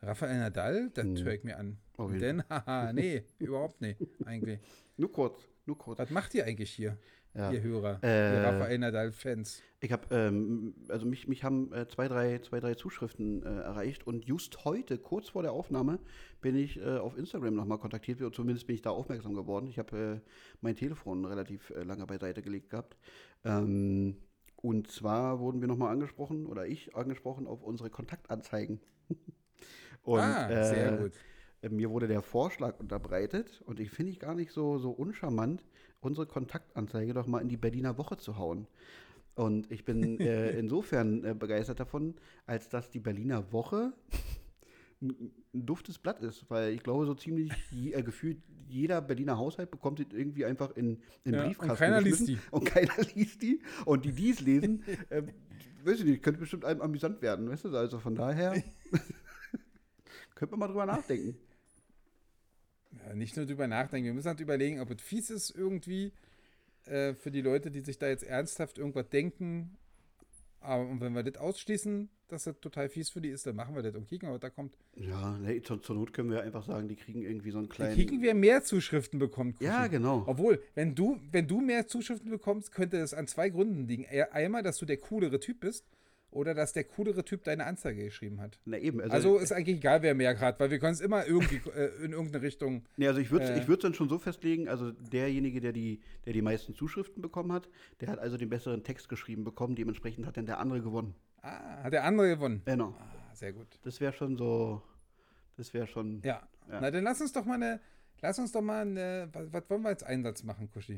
Rafael Nadal, das höre ich mir an. Auf jeden Denn, haha, nee, überhaupt nicht, eigentlich. Nur kurz. Was macht ihr eigentlich hier, Ja. ihr Hörer, ihr Rafael Nadal-Fans? Ich habe, also mich haben zwei, drei Zuschriften erreicht und just heute, kurz vor der Aufnahme, bin ich auf Instagram nochmal kontaktiert, oder zumindest bin ich da aufmerksam geworden. Ich habe mein Telefon relativ lange beiseite gelegt gehabt. Und zwar wurden wir nochmal angesprochen, oder ich angesprochen, auf unsere Kontaktanzeigen. Und, sehr gut. Mir wurde der Vorschlag unterbreitet und ich finde ich gar nicht so uncharmant, unsere Kontaktanzeige doch mal in die Berliner Woche zu hauen. Und ich bin insofern begeistert davon, als dass die Berliner Woche ein duftes Blatt ist, weil ich glaube, so ziemlich gefühlt jeder Berliner Haushalt bekommt sie irgendwie einfach in Briefkasten und keiner liest geschmissen. Und keiner liest die. Und die es lesen, weiß ich nicht, könnte bestimmt einem amüsant werden, weißt du? Also von daher könnte man mal drüber nachdenken. Ja, nicht nur drüber nachdenken, wir müssen halt überlegen, ob es fies ist irgendwie für die Leute, die sich da jetzt ernsthaft irgendwas denken. Aber und wenn wir das ausschließen, dass das total fies für die ist, dann machen wir das und kicken, was da kommt. Ja, nee, zur Not können wir einfach sagen, die kriegen irgendwie so einen Dann kleinen... kriegen wir mehr Zuschriften bekommen. Kuschi. Ja, genau. Obwohl, wenn du mehr Zuschriften bekommst, könnte es an zwei Gründen liegen. Einmal, dass du der coolere Typ bist oder dass der coolere Typ deine Anzeige geschrieben hat. Na eben. Also ist eigentlich egal, wer mehr hat, weil wir können es immer irgendwie in irgendeine Richtung. Nee, also ich würde es dann schon so festlegen, also derjenige, der die meisten Zuschriften bekommen hat, der hat also den besseren Text geschrieben bekommen, dementsprechend hat dann der andere gewonnen. Hat der andere gewonnen. Genau. Sehr gut. Das wäre schon so, Ja. Na, dann lass uns doch mal eine, was wollen wir als Einsatz machen, Kuschi?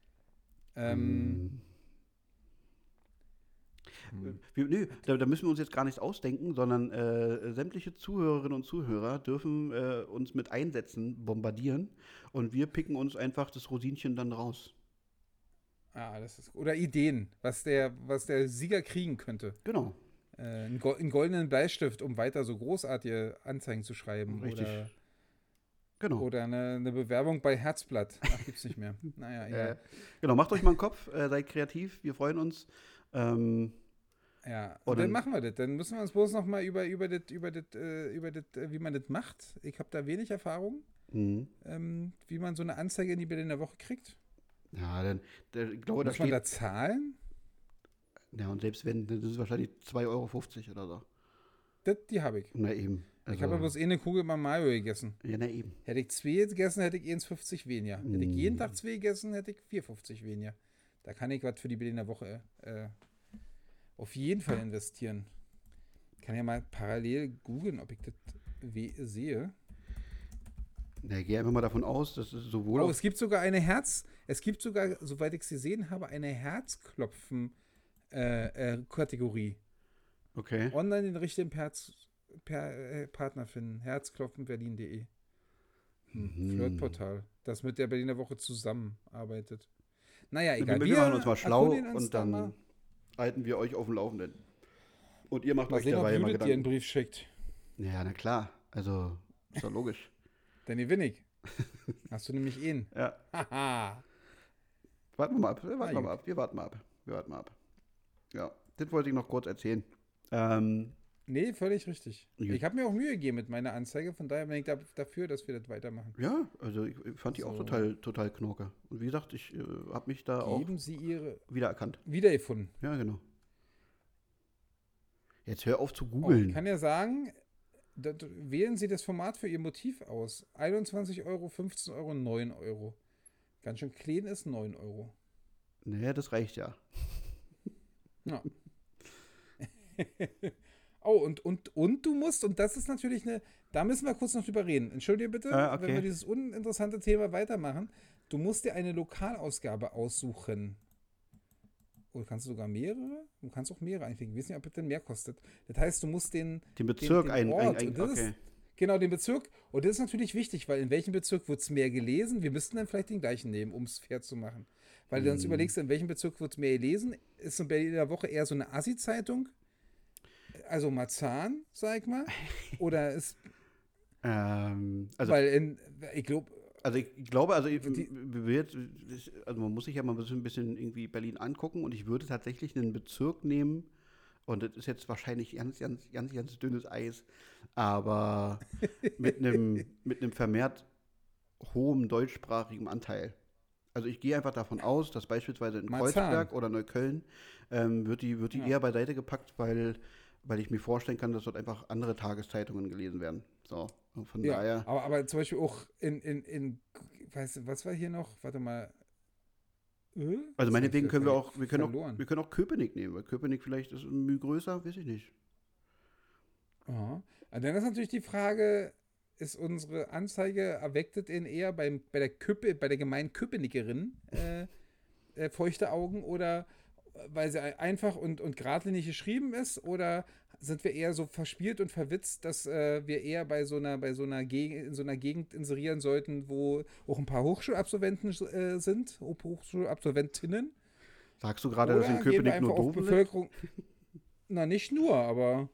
Da müssen wir uns jetzt gar nichts ausdenken, sondern sämtliche Zuhörerinnen und Zuhörer dürfen uns mit Einsätzen bombardieren und wir picken uns einfach das Rosinchen dann raus. Das ist, oder Ideen, was der Sieger kriegen könnte. Genau. Einen goldenen Bleistift, um weiter so großartige Anzeigen zu schreiben. Richtig. Genau. Oder eine Bewerbung bei Herzblatt. Ach, gibt's nicht mehr. Naja, egal. Genau, macht euch mal einen Kopf, seid kreativ, wir freuen uns. Ja, und dann machen wir das. Dann müssen wir uns bloß noch mal über das, wie man das macht. Ich habe da wenig Erfahrung, wie man so eine Anzeige in die Berliner Woche kriegt. Ja, dann, ich glaube, muss man da zahlen? Ja, und selbst wenn, das ist wahrscheinlich 2,50 € oder so. Die habe ich. Na eben. Also, ich habe bloß eine Kugel mal Mayo gegessen. Ja, na eben. Hätte ich 2 gegessen, hätte ich 1,50 weniger. Hätte ich jeden Tag 2 gegessen, hätte ich 4,50 weniger. Da kann ich was für die Berliner Woche auf jeden Fall investieren. Ich kann ja mal parallel googeln, ob ich das sehe. Na, ich gehe einfach mal davon aus, dass es sowohl. Es gibt sogar soweit ich es gesehen habe, eine Herzklopfen-Kategorie. Okay. Online den richtigen Partner finden. Herzklopfenberlin.de. Flirtportal, das mit der Berliner Woche zusammenarbeitet. Naja, egal. Wir machen uns mal schlau und dann mal. halten wir euch auf dem Laufenden. Und ihr macht Mal euch sehen, ob dabei mal Judith dir einen Gedanken. Brief schickt. Ja, na klar. Also, ist doch logisch. Dann gewinne ich. Hast du nämlich ihn. Ja. Haha. Warten wir mal ab. Wir warten mal ab. Ja, das wollte ich noch kurz erzählen. Nee, völlig richtig. Gut. Ich habe mir auch Mühe gegeben mit meiner Anzeige, von daher bin ich dafür, dass wir das weitermachen. Ja, also ich fand die auch So. total knorke. Und wie gesagt, ich habe mich da Geben Sie Ihre auch wiedererkannt. wiedergefunden. Ja, genau. Jetzt hör auf zu Ich googeln. kann ja sagen, wählen Sie das Format für Ihr Motiv aus. 21 €, 15 €, 9 €. Ganz schön klein ist 9 €. Naja, das reicht ja. Ja. Und du musst, und das ist natürlich da müssen wir kurz noch drüber reden. Entschuldige bitte, Okay. wenn wir dieses uninteressante Thema weitermachen. Du musst dir eine Lokalausgabe aussuchen. Oder kannst du sogar mehrere? Du kannst auch mehrere einfügen. Ich weiß nicht, ob das denn mehr kostet. Das heißt, du musst den Bezirk den Ort, ein und das okay. ist, genau, den Bezirk. Und das ist natürlich wichtig, weil in welchem Bezirk wird es mehr gelesen? Wir müssten dann vielleicht den gleichen nehmen, um es fair zu machen. Weil du uns überlegst, in welchem Bezirk wird es mehr gelesen? Ist in Berliner Woche eher so eine Assi-Zeitung? Also Marzahn, sag ich mal. Oder ist. Also, Weil ich glaube. Also ich glaube, also man muss sich ja mal ein bisschen irgendwie Berlin angucken und ich würde tatsächlich einen Bezirk nehmen, Und das ist jetzt wahrscheinlich ganz dünnes Eis, aber mit einem vermehrt hohem deutschsprachigen Anteil. Also ich gehe einfach davon aus, dass beispielsweise in Marzahn. Kreuzberg oder Neukölln wird die eher beiseite gepackt, weil ich mir vorstellen kann, dass dort einfach andere Tageszeitungen gelesen werden. So, und von Ja, daher. aber zum Beispiel auch was war hier noch? Warte mal. Also meinetwegen können wir verloren. können auch Köpenick nehmen, weil Köpenick vielleicht ist ein Mühe größer, weiß ich nicht. Ja. Und dann ist natürlich die Frage, ist unsere Anzeige erwecktet in eher bei der gemeinen Köpenickerin feuchte Augen oder weil sie einfach und geradlinig geschrieben ist oder sind wir eher so verspielt und verwitzt, dass wir eher in so einer Gegend inserieren sollten, wo auch ein paar Hochschulabsolventen sind, Hochschulabsolventinnen? Sagst du gerade, dass in Oder gehen wir Köpenick einfach nur auf Doofen sind? Bevölkerung? Na, nicht nur, aber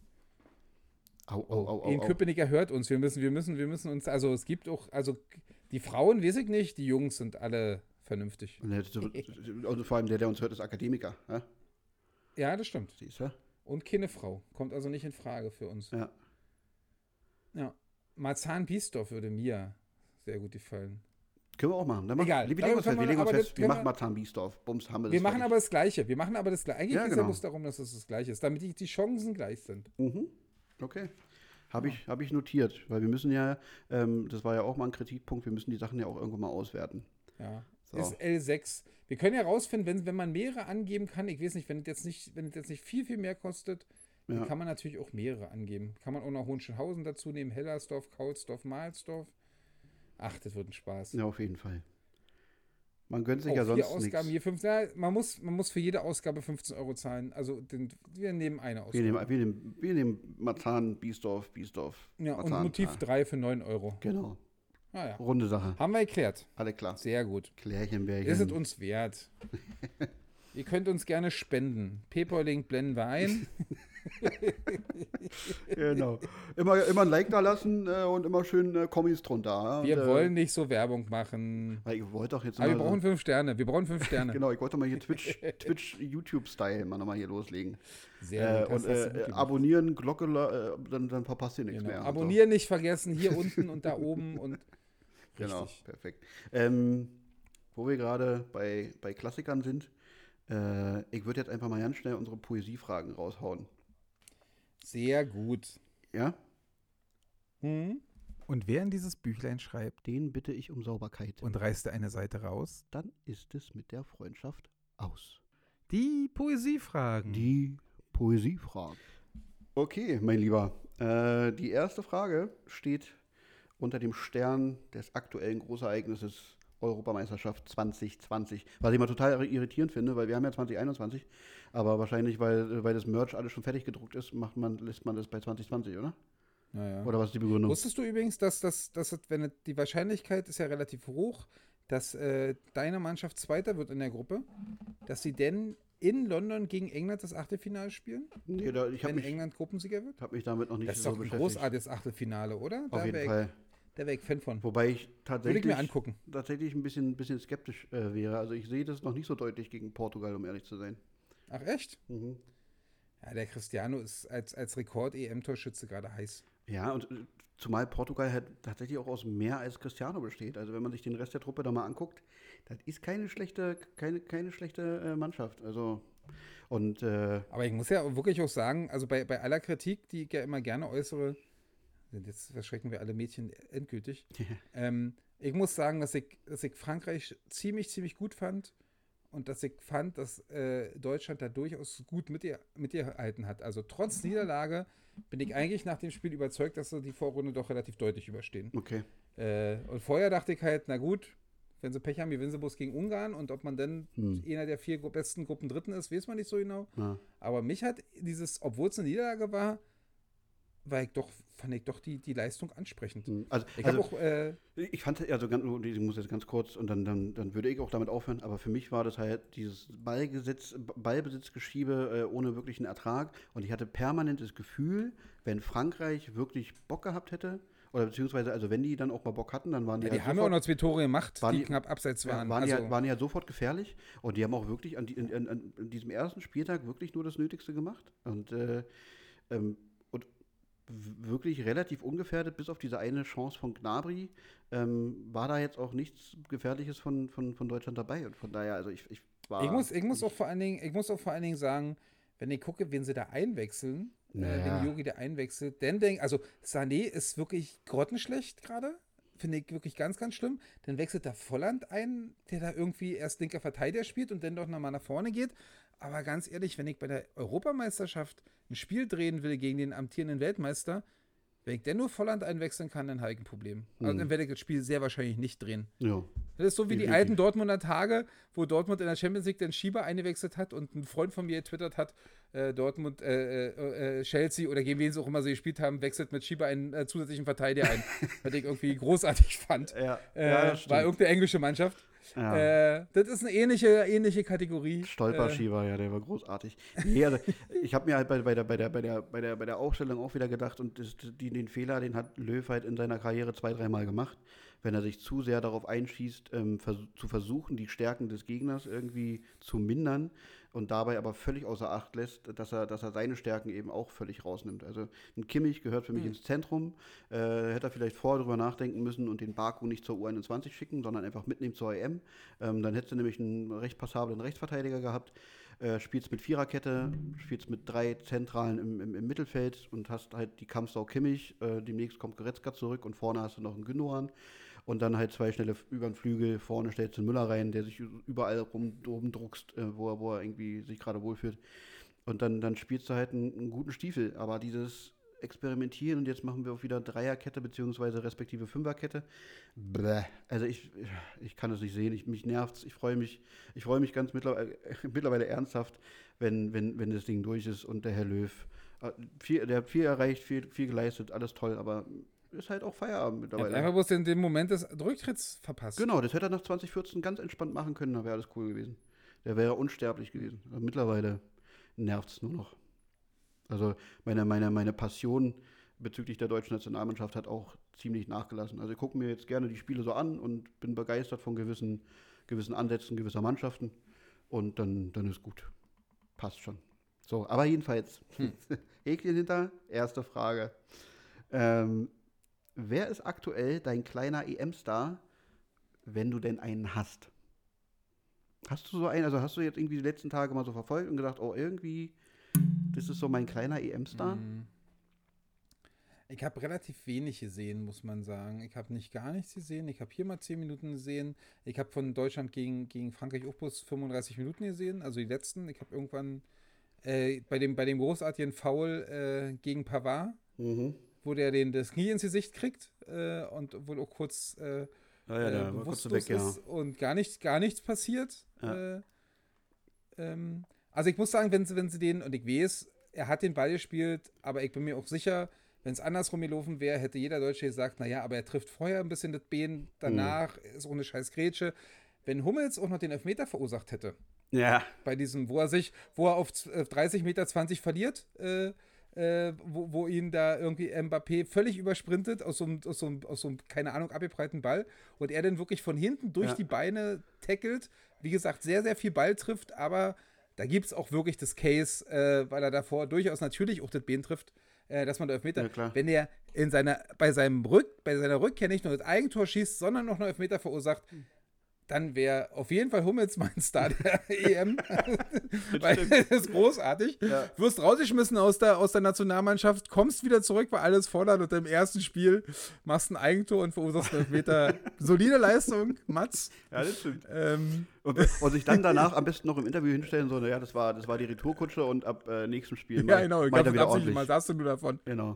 in Au. Köpenick hört uns. Wir müssen uns, also es gibt auch, also die Frauen, weiß ich nicht, die Jungs sind alle vernünftig. Und vor allem der uns hört, ist Akademiker. Ja? Ja, das stimmt. Siehst du? Und keine Frau. Kommt also nicht in Frage für uns. Ja. Ja. Marzahn-Biesdorf würde mir sehr gut gefallen. Können wir auch machen. Dann Egal. Wir legen uns fest. Wir machen mal Marzahn-Biesdorf. Bums, haben wir das. Wir machen aber das Gleiche. Eigentlich Ja, geht es genau. ja bloß darum, dass es das Gleiche ist, damit die Chancen gleich sind. Mhm. Okay. Habe ich notiert, weil wir müssen ja, das war ja auch mal ein Kritikpunkt, wir müssen die Sachen ja auch irgendwann mal auswerten. Ja. So. Ist L6. Wir können ja rausfinden, wenn man mehrere angeben kann, ich weiß nicht, wenn es jetzt nicht viel, viel mehr kostet, Ja. dann kann man natürlich auch mehrere angeben. Kann man auch noch Hohenschönhausen dazu nehmen, Hellersdorf, Kaulsdorf, Mahlsdorf. Ach, das wird ein Spaß. Ja, auf jeden Fall. Man gönnt sich Auch ja 4 sonst Ausgaben, nichts. hier 5. Ja, man muss für jede Ausgabe 15 Euro zahlen. Also wir nehmen eine Ausgabe. Wir nehmen Marzahn, Biesdorf. Ja, und Marzahn, Motiv 3 für 9 Euro. Genau. Naja. Runde Sache. Haben wir geklärt. Alle klar. Sehr gut. Klärchenbärchen. Ist es uns wert. Ihr könnt uns gerne spenden. PayPal-Link blenden wir ein. Genau. Immer ein Like da lassen und immer schön Kommis drunter. Ja? Wir Und, wollen nicht so Werbung machen. Weil ich wollte doch jetzt Aber wir mal brauchen 5 Sterne. Wir brauchen 5 Sterne. Genau, ich wollte mal hier Twitch-YouTube-Style mal nochmal hier loslegen. Sehr gut. Und hast du gut gemacht. abonnieren, Glocke, dann verpasst ihr nichts Genau. mehr. Abonnieren nicht vergessen. Hier unten und da oben. Und Genau, richtig. perfekt. Wo wir gerade bei Klassikern sind, ich würde jetzt einfach mal ganz schnell unsere Poesiefragen raushauen. Sehr gut. Ja? Und wer in dieses Büchlein schreibt Den bitte ich um Sauberkeit. und reißt eine Seite raus, Dann ist es mit der Freundschaft aus. die Poesiefragen. Die Poesiefragen. Okay, mein Lieber. Die erste Frage steht unter dem Stern des aktuellen Großereignisses Europameisterschaft 2020. Was ich mal total irritierend finde, weil wir haben ja 2021, aber wahrscheinlich, weil das Merch alles schon fertig gedruckt ist, lässt man das bei 2020, oder? Naja. Oder was ist die Begründung? Wusstest du übrigens, dass wenn die Wahrscheinlichkeit ist ja relativ hoch, dass deine Mannschaft Zweiter wird in der Gruppe, dass sie denn in London gegen England das Achtelfinale spielen, Nee, ich habe wenn mich, England Gruppensieger wird? hab mich damit noch nicht Das ist so doch ein beschäftigt. großartiges Achtelfinale, oder? Auf jeden Fall. Da wäre ich Fan von. Wobei ich Würde ich tatsächlich, mir angucken. ein bisschen skeptisch wäre. Also ich sehe das noch nicht so deutlich gegen Portugal, um ehrlich zu sein. Ach echt? Mhm. Ja, der Cristiano ist als Rekord-EM-Torschütze gerade heiß. Ja, und zumal Portugal halt tatsächlich auch aus mehr als Cristiano besteht. Also wenn man sich den Rest der Truppe da mal anguckt, das ist keine schlechte Mannschaft. Also und Aber ich muss ja wirklich auch sagen, also bei aller Kritik, die ich ja immer gerne äußere, jetzt verschrecken wir alle Mädchen endgültig. Ich muss sagen, dass ich Frankreich ziemlich gut fand und dass ich fand, dass Deutschland da durchaus gut mit ihr gehalten hat. Also trotz Niederlage bin ich eigentlich nach dem Spiel überzeugt, dass sie die Vorrunde doch relativ deutlich überstehen. okay. Und vorher dachte ich halt, na gut, wenn sie Pech haben, gewinnen sie bloß gegen Ungarn und ob man dann einer der 4 besten Gruppen Dritten ist, weiß man nicht so genau. Ja. Aber mich hat obwohl es eine Niederlage war, fand ich doch die Leistung ansprechend. Also, Ich habe auch, ich fand, also ich muss jetzt ganz kurz und dann würde ich auch damit aufhören, aber für mich war das halt dieses Ballbesitzgeschiebe ohne wirklichen Ertrag und ich hatte permanent das Gefühl, wenn Frankreich wirklich Bock gehabt hätte Oder beziehungsweise, also wenn die dann auch mal Bock hatten, dann waren die Ja, die halt haben ja auch noch 2 Tore gemacht, waren die die- knapp abseits waren. waren Also, die halt sofort gefährlich. Und die haben auch wirklich an diesem ersten Spieltag wirklich nur das Nötigste gemacht. Und wirklich relativ ungefährdet, bis auf diese eine Chance von Gnabry, war da jetzt auch nichts Gefährliches von Deutschland dabei. Und von daher, also ich war. ich muss auch vor allen Dingen sagen, wenn ich gucke, wen sie da einwechseln, Naja. wenn Jogi da einwechselt, also Sané ist wirklich grottenschlecht gerade. Finde ich wirklich ganz, ganz schlimm. Dann wechselt da Volland ein, der da irgendwie erst linker Verteidiger spielt und dann doch nochmal nach vorne geht. Aber ganz ehrlich, wenn ich bei der Europameisterschaft ein Spiel drehen will gegen den amtierenden Weltmeister, wenn ich denn nur Volland einwechseln kann, dann habe ich ein Problem. Also dann werde ich das Spiel sehr wahrscheinlich nicht drehen. Ja. Das ist so wie die Definitiv. alten Dortmunder Tage, wo Dortmund in der Champions League den Schieber eingewechselt hat und ein Freund von mir getwittert hat, Chelsea oder gegen wen sie auch immer sie gespielt haben, wechselt mit Schieber einen zusätzlichen Verteidiger ein. Was ich irgendwie großartig fand. Ja, War irgendeine englische Mannschaft. Ja. Das ist eine ähnliche Kategorie. Stolperschieber, ja, der war großartig. Nee, also, ich habe mir halt bei der Aufstellung auch wieder gedacht, und den Fehler, den hat Löw halt in seiner Karriere 2-3 Mal gemacht, wenn er sich zu sehr darauf einschießt, zu versuchen, die Stärken des Gegners irgendwie zu mindern und dabei aber völlig außer Acht lässt, dass er seine Stärken eben auch völlig rausnimmt. Also ein Kimmich gehört für mich ins Zentrum, hätte er vielleicht vorher drüber nachdenken müssen und den Baku nicht zur U21 schicken, sondern einfach mitnehmen zur EM. Dann hättest du nämlich einen recht passablen Rechtsverteidiger gehabt, spielst mit Viererkette, spielst mit 3 Zentralen im Mittelfeld und hast halt die Kampfsau Kimmich, demnächst kommt Goretzka zurück und vorne hast du noch einen Gündogan. Und dann halt 2 schnelle über den Flügel, vorne stellst du den Müller rein, der sich überall rumdruckst, wo er irgendwie sich gerade wohlfühlt. Und dann spielst du halt einen guten Stiefel. Aber dieses Experimentieren und jetzt machen wir auch wieder Dreierkette beziehungsweise respektive Fünferkette. Bäh. Also ich kann das nicht sehen, mich nervt's. Ich freue mich ganz mittlerweile ernsthaft, wenn das Ding durch ist und der Herr Löw, der hat viel erreicht, viel geleistet, alles toll, aber ist halt auch Feierabend Er hat mittlerweile. einfach bloß den Moment des Rücktritts verpasst. Genau, das hätte er nach 2014 ganz entspannt machen können, da wäre alles cool gewesen. Der wäre unsterblich gewesen. Aber mittlerweile nervt es nur noch. Also meine Passion bezüglich der deutschen Nationalmannschaft hat auch ziemlich nachgelassen. Also ich gucke mir jetzt gerne die Spiele so an und bin begeistert von gewissen Ansätzen gewisser Mannschaften. Und dann ist gut. Passt schon. So, aber jedenfalls, Häkchen hinter, erste Frage. Wer ist aktuell dein kleiner EM-Star, wenn du denn einen hast? Hast du so einen, also hast du jetzt irgendwie die letzten Tage mal so verfolgt und gedacht, oh, irgendwie, das ist so mein kleiner EM-Star? Ich habe relativ wenig gesehen, muss man sagen. Ich habe nicht gar nichts gesehen. Ich habe hier mal 10 Minuten gesehen. Ich habe von Deutschland gegen Frankreich auch bloß 35 Minuten gesehen, also die letzten. Ich habe irgendwann bei dem großartigen Foul gegen Pavard, wo der das Knie ins Gesicht kriegt und wohl auch kurz der war kurz bewusstlos weg, ja. ist und gar nichts passiert. Ja. Also ich muss sagen, wenn sie den, und ich weiß, er hat den Ball gespielt, aber ich bin mir auch sicher, wenn es andersrum gelaufen wäre, hätte jeder Deutsche gesagt, naja, aber er trifft vorher ein bisschen das Bein, danach ist auch eine scheiß Grätsche. Wenn Hummels auch noch den Elfmeter verursacht hätte, Ja. bei diesem, wo er auf 30 Meter 20 verliert, wo ihn da irgendwie Mbappé völlig übersprintet aus so einem, keine Ahnung, abgeprallten Ball und er dann wirklich von hinten durch die Beine tackelt, wie gesagt, sehr, sehr viel Ball trifft, aber da gibt es auch wirklich das Case, weil er davor durchaus natürlich auch das Bein trifft, dass man da Elfmeter, klar. wenn er bei seiner Rückkehr nicht nur das Eigentor schießt, sondern noch einen Elfmeter verursacht, dann wäre auf jeden Fall Hummels mein Star der EM. Weil das ist großartig. Ja. Wirst rausgeschmissen aus der Nationalmannschaft, kommst wieder zurück, weil alles fordert und im ersten Spiel machst ein Eigentor und verursachst 11 Meter. Solide Leistung, Mats. Ja, das stimmt. Und sich dann danach am besten noch im Interview hinstellen, so, naja, das war die Retourkutsche und ab nächsten Spiel Ja, genau. Ich meint er glaube, wieder absichtlich ordentlich. mal sagst du nur davon. Genau.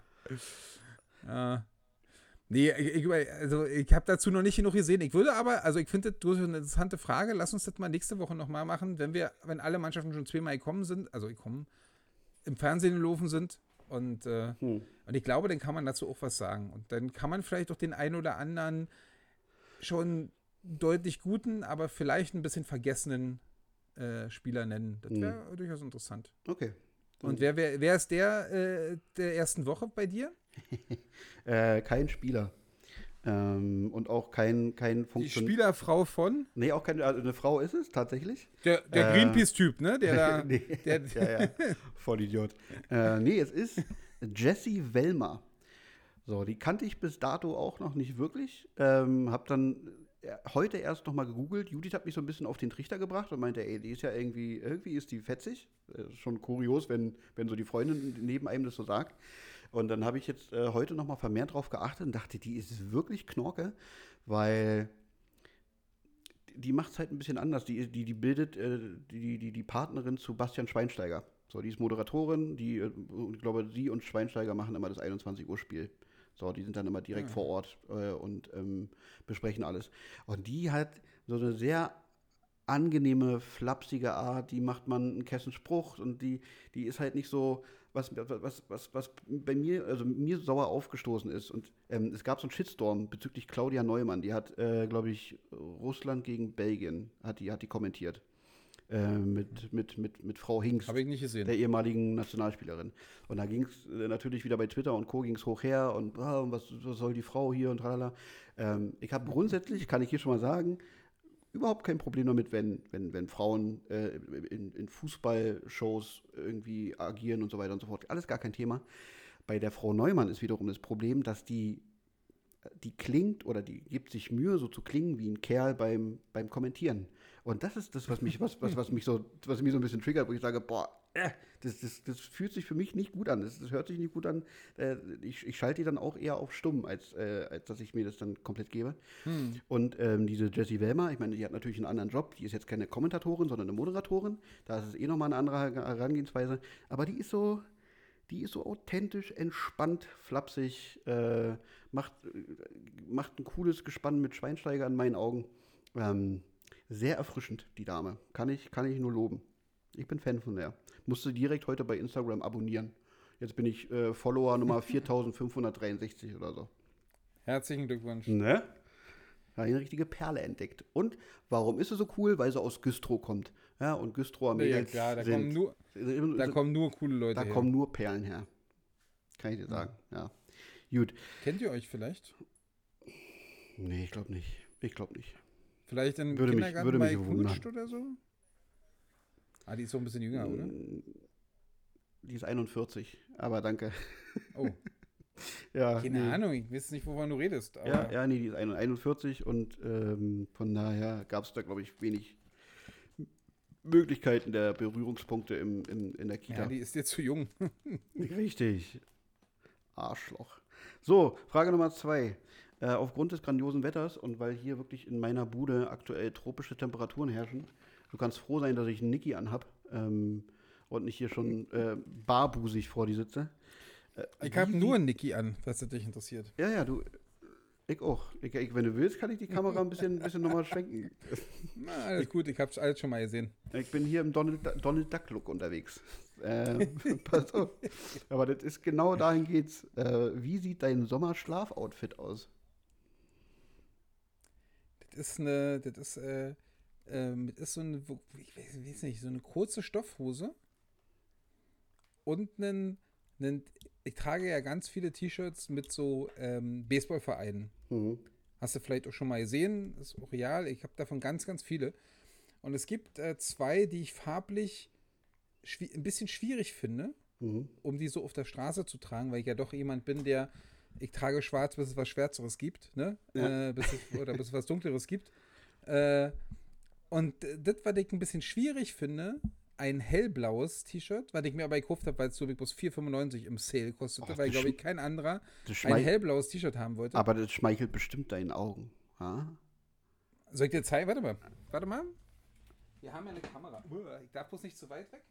Nee, ich habe dazu noch nicht genug gesehen. Ich würde aber, also ich finde das durchaus eine interessante Frage. Lass uns das mal nächste Woche nochmal machen, wenn alle Mannschaften schon 2-mal gekommen sind, im Fernsehen gelaufen sind. Und ich glaube, dann kann man dazu auch was sagen. Und dann kann man vielleicht auch den einen oder anderen schon deutlich guten, aber vielleicht ein bisschen vergessenen Spieler nennen. Das wäre durchaus interessant. Okay. Und wer ist der ersten Woche bei dir? Kein Spieler. Und auch kein Die Funktion. Spielerfrau von Nee, auch keine, also eine Frau ist es tatsächlich. der Greenpeace-Typ, ne? Der da. Nee, Der, ja, Vollidiot. Nee, es ist Jessie Wellmer. So, die kannte ich bis dato auch noch nicht wirklich. Hab dann heute erst noch mal gegoogelt. Judith hat mich so ein bisschen auf den Trichter gebracht und meinte, ey, die ist ja irgendwie ist die fetzig. Schon kurios, wenn so die Freundin neben einem das so sagt. Und dann habe ich jetzt heute noch mal vermehrt drauf geachtet und dachte, die ist wirklich Knorke, weil die macht es halt ein bisschen anders. Die bildet die Partnerin zu Bastian Schweinsteiger. So, die ist Moderatorin, ich glaube, sie und Schweinsteiger machen immer das 21-Uhr-Spiel. So, die sind dann immer direkt vor Ort und besprechen alles. Und die hat so eine sehr angenehme, flapsige Art, die macht man einen Kessenspruch und die ist halt nicht so, was bei mir, also mir sauer aufgestoßen ist. Und es gab so einen Shitstorm bezüglich Claudia Neumann, die hat, glaube ich, Russland gegen Belgien, hat die kommentiert. Mit Frau Hinks, habe ich nicht gesehen. der ehemaligen Nationalspielerin. Und da ging es natürlich wieder bei Twitter und Co. ging es hoch her und was soll die Frau hier und tralala. Ich habe grundsätzlich, kann ich hier schon mal sagen, überhaupt kein Problem damit, wenn Frauen in Fußballshows irgendwie agieren und so weiter und so fort. Alles gar kein Thema. Bei der Frau Neumann ist wiederum das Problem, dass die klingt oder die gibt sich Mühe, so zu klingen wie ein Kerl beim Kommentieren. Und das ist das, was mich so ein bisschen triggert, wo ich sage, boah, das fühlt sich für mich nicht gut an. Das hört sich nicht gut an. Ich schalte die dann auch eher auf stumm, als dass ich mir das dann komplett gebe. Und diese Jessie Wellmer, ich meine, die hat natürlich einen anderen Job. Die ist jetzt keine Kommentatorin, sondern eine Moderatorin. Da ist es eh nochmal eine andere Herangehensweise. Aber die ist so authentisch, entspannt, flapsig, macht ein cooles Gespann mit Schweinsteiger in meinen Augen. Sehr erfrischend, die Dame. Kann ich nur loben. Ich bin Fan von der. Musste direkt heute bei Instagram abonnieren. Jetzt bin ich Follower Nummer 4563 oder so. Herzlichen Glückwunsch. Ne? Habe eine richtige Perle entdeckt. Und warum ist sie so cool? Weil sie aus Güstrow kommt. Ja, und Güstrower Mädels Ja, klar, da kommen nur coole Leute da her. kommen nur Perlen her. Kann ich dir sagen, ja. Gut. Kennt ihr euch vielleicht? Nee, ich glaube nicht. Vielleicht im Würde mich Kindergarten bei wundern. Knutscht oder so? Ah, die ist so ein bisschen jünger, oder? Die ist 41, aber danke. Oh, Ja, keine Ahnung, ich weiß nicht, wovon du redest. Aber nee, die ist 41 und von daher gab es da, glaube ich, wenig Möglichkeiten der Berührungspunkte in der Kita. ja, die ist jetzt zu jung. Richtig. Arschloch. So, Frage Nummer 2. Aufgrund des grandiosen Wetters und weil hier wirklich in meiner Bude aktuell tropische Temperaturen herrschen, du kannst froh sein, dass ich einen Niki anhab und nicht hier schon barbusig vor dir sitze. Ich habe nur einen Niki an, falls das dich interessiert. Ja, ich auch. Wenn du willst, kann ich die Kamera ein bisschen nochmal schwenken. Na, alles gut, ich hab's alles schon mal gesehen. Ich bin hier im Donald Duck Look unterwegs. Pass auf. Aber das ist genau dahin geht's. Wie sieht dein Sommerschlafoutfit aus? Das ist so eine, ich weiß nicht, so eine kurze Stoffhose und ich trage ja ganz viele T-Shirts mit so Baseballvereinen. Mhm. Hast du vielleicht auch schon mal gesehen, ist auch real. Ich habe davon ganz, ganz viele. Und es gibt zwei, die ich farblich ein bisschen schwierig finde, um die so auf der Straße zu tragen, weil ich ja doch jemand bin, ich trage schwarz, bis es was Schwärzeres gibt, ne? Ja. Bis es was Dunkleres gibt. Und das, was ich ein bisschen schwierig finde, ein hellblaues T-Shirt, was ich mir aber gekauft habe, weil es so bloß 4,95 im Sale kostete, Ach, weil, glaube ich, kein anderer das ein hellblaues T-Shirt haben wollte. Aber das schmeichelt bestimmt deinen Augen. Ha? Soll ich dir zeigen? Warte mal. Wir haben ja eine Kamera. Ich darf bloß nicht zu weit weg.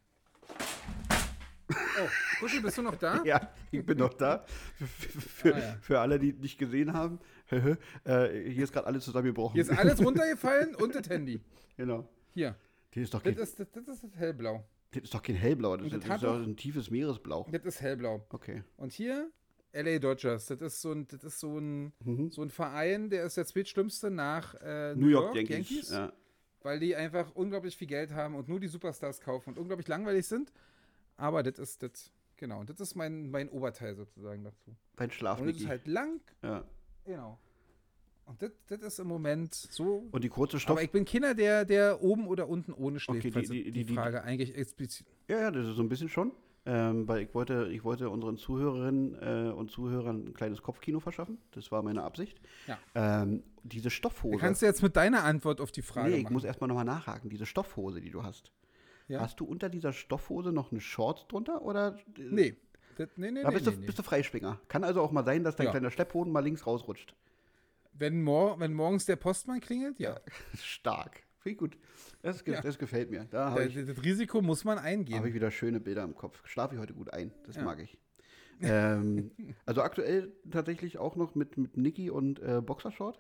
Oh, Kuschel, bist du noch da? Ja, ich bin noch da. Für alle, die nicht gesehen haben, hier ist gerade alles zusammengebrochen. Hier ist alles runtergefallen und das Handy. Genau. Hier. Das ist doch Das ist hellblau. Das ist doch kein hellblau, das ist hat doch ein tiefes Meeresblau. Das ist hellblau. Okay. Und hier LA Dodgers. Das ist so ein Verein, der ist der zweitschlimmste nach New York Yankees. Ja. Weil die einfach unglaublich viel Geld haben und nur die Superstars kaufen und unglaublich langweilig sind. Aber das ist das. Genau, und das ist mein Oberteil sozusagen dazu. Dein Und das Schlafniki. ist halt lang. Ja. Genau. Und das ist im Moment so. Und die kurze Stoff... Aber ich bin Kinder, der oben oder unten ohne schläft, Okay, falls die Frage eigentlich explizit. Ja, das ist so ein bisschen schon. Weil ich wollte unseren Zuhörerinnen und Zuhörern ein kleines Kopfkino verschaffen. Das war meine Absicht. Ja. Diese Stoffhose. Kannst du jetzt mit deiner Antwort auf die Frage Nee, ich machen? muss erstmal nochmal nachhaken. Diese Stoffhose, die du hast. Ja? Hast du unter dieser Stoffhose noch eine Shorts drunter? Oder? Nee. Nee. Da bist du Freischwinger. Kann also auch mal sein, dass dein Ja. kleiner Stepphoden mal links rausrutscht. Wenn morgens der Postmann klingelt, ja. Stark. Finde ich gut. Das gefällt mir. Da Da- habe ich, Das Risiko muss man hab ich eingehen. wieder schöne Bilder im Kopf. Schlafe ich heute gut ein. Das Ja. mag ich. Also aktuell tatsächlich auch noch mit Niki und Boxershort.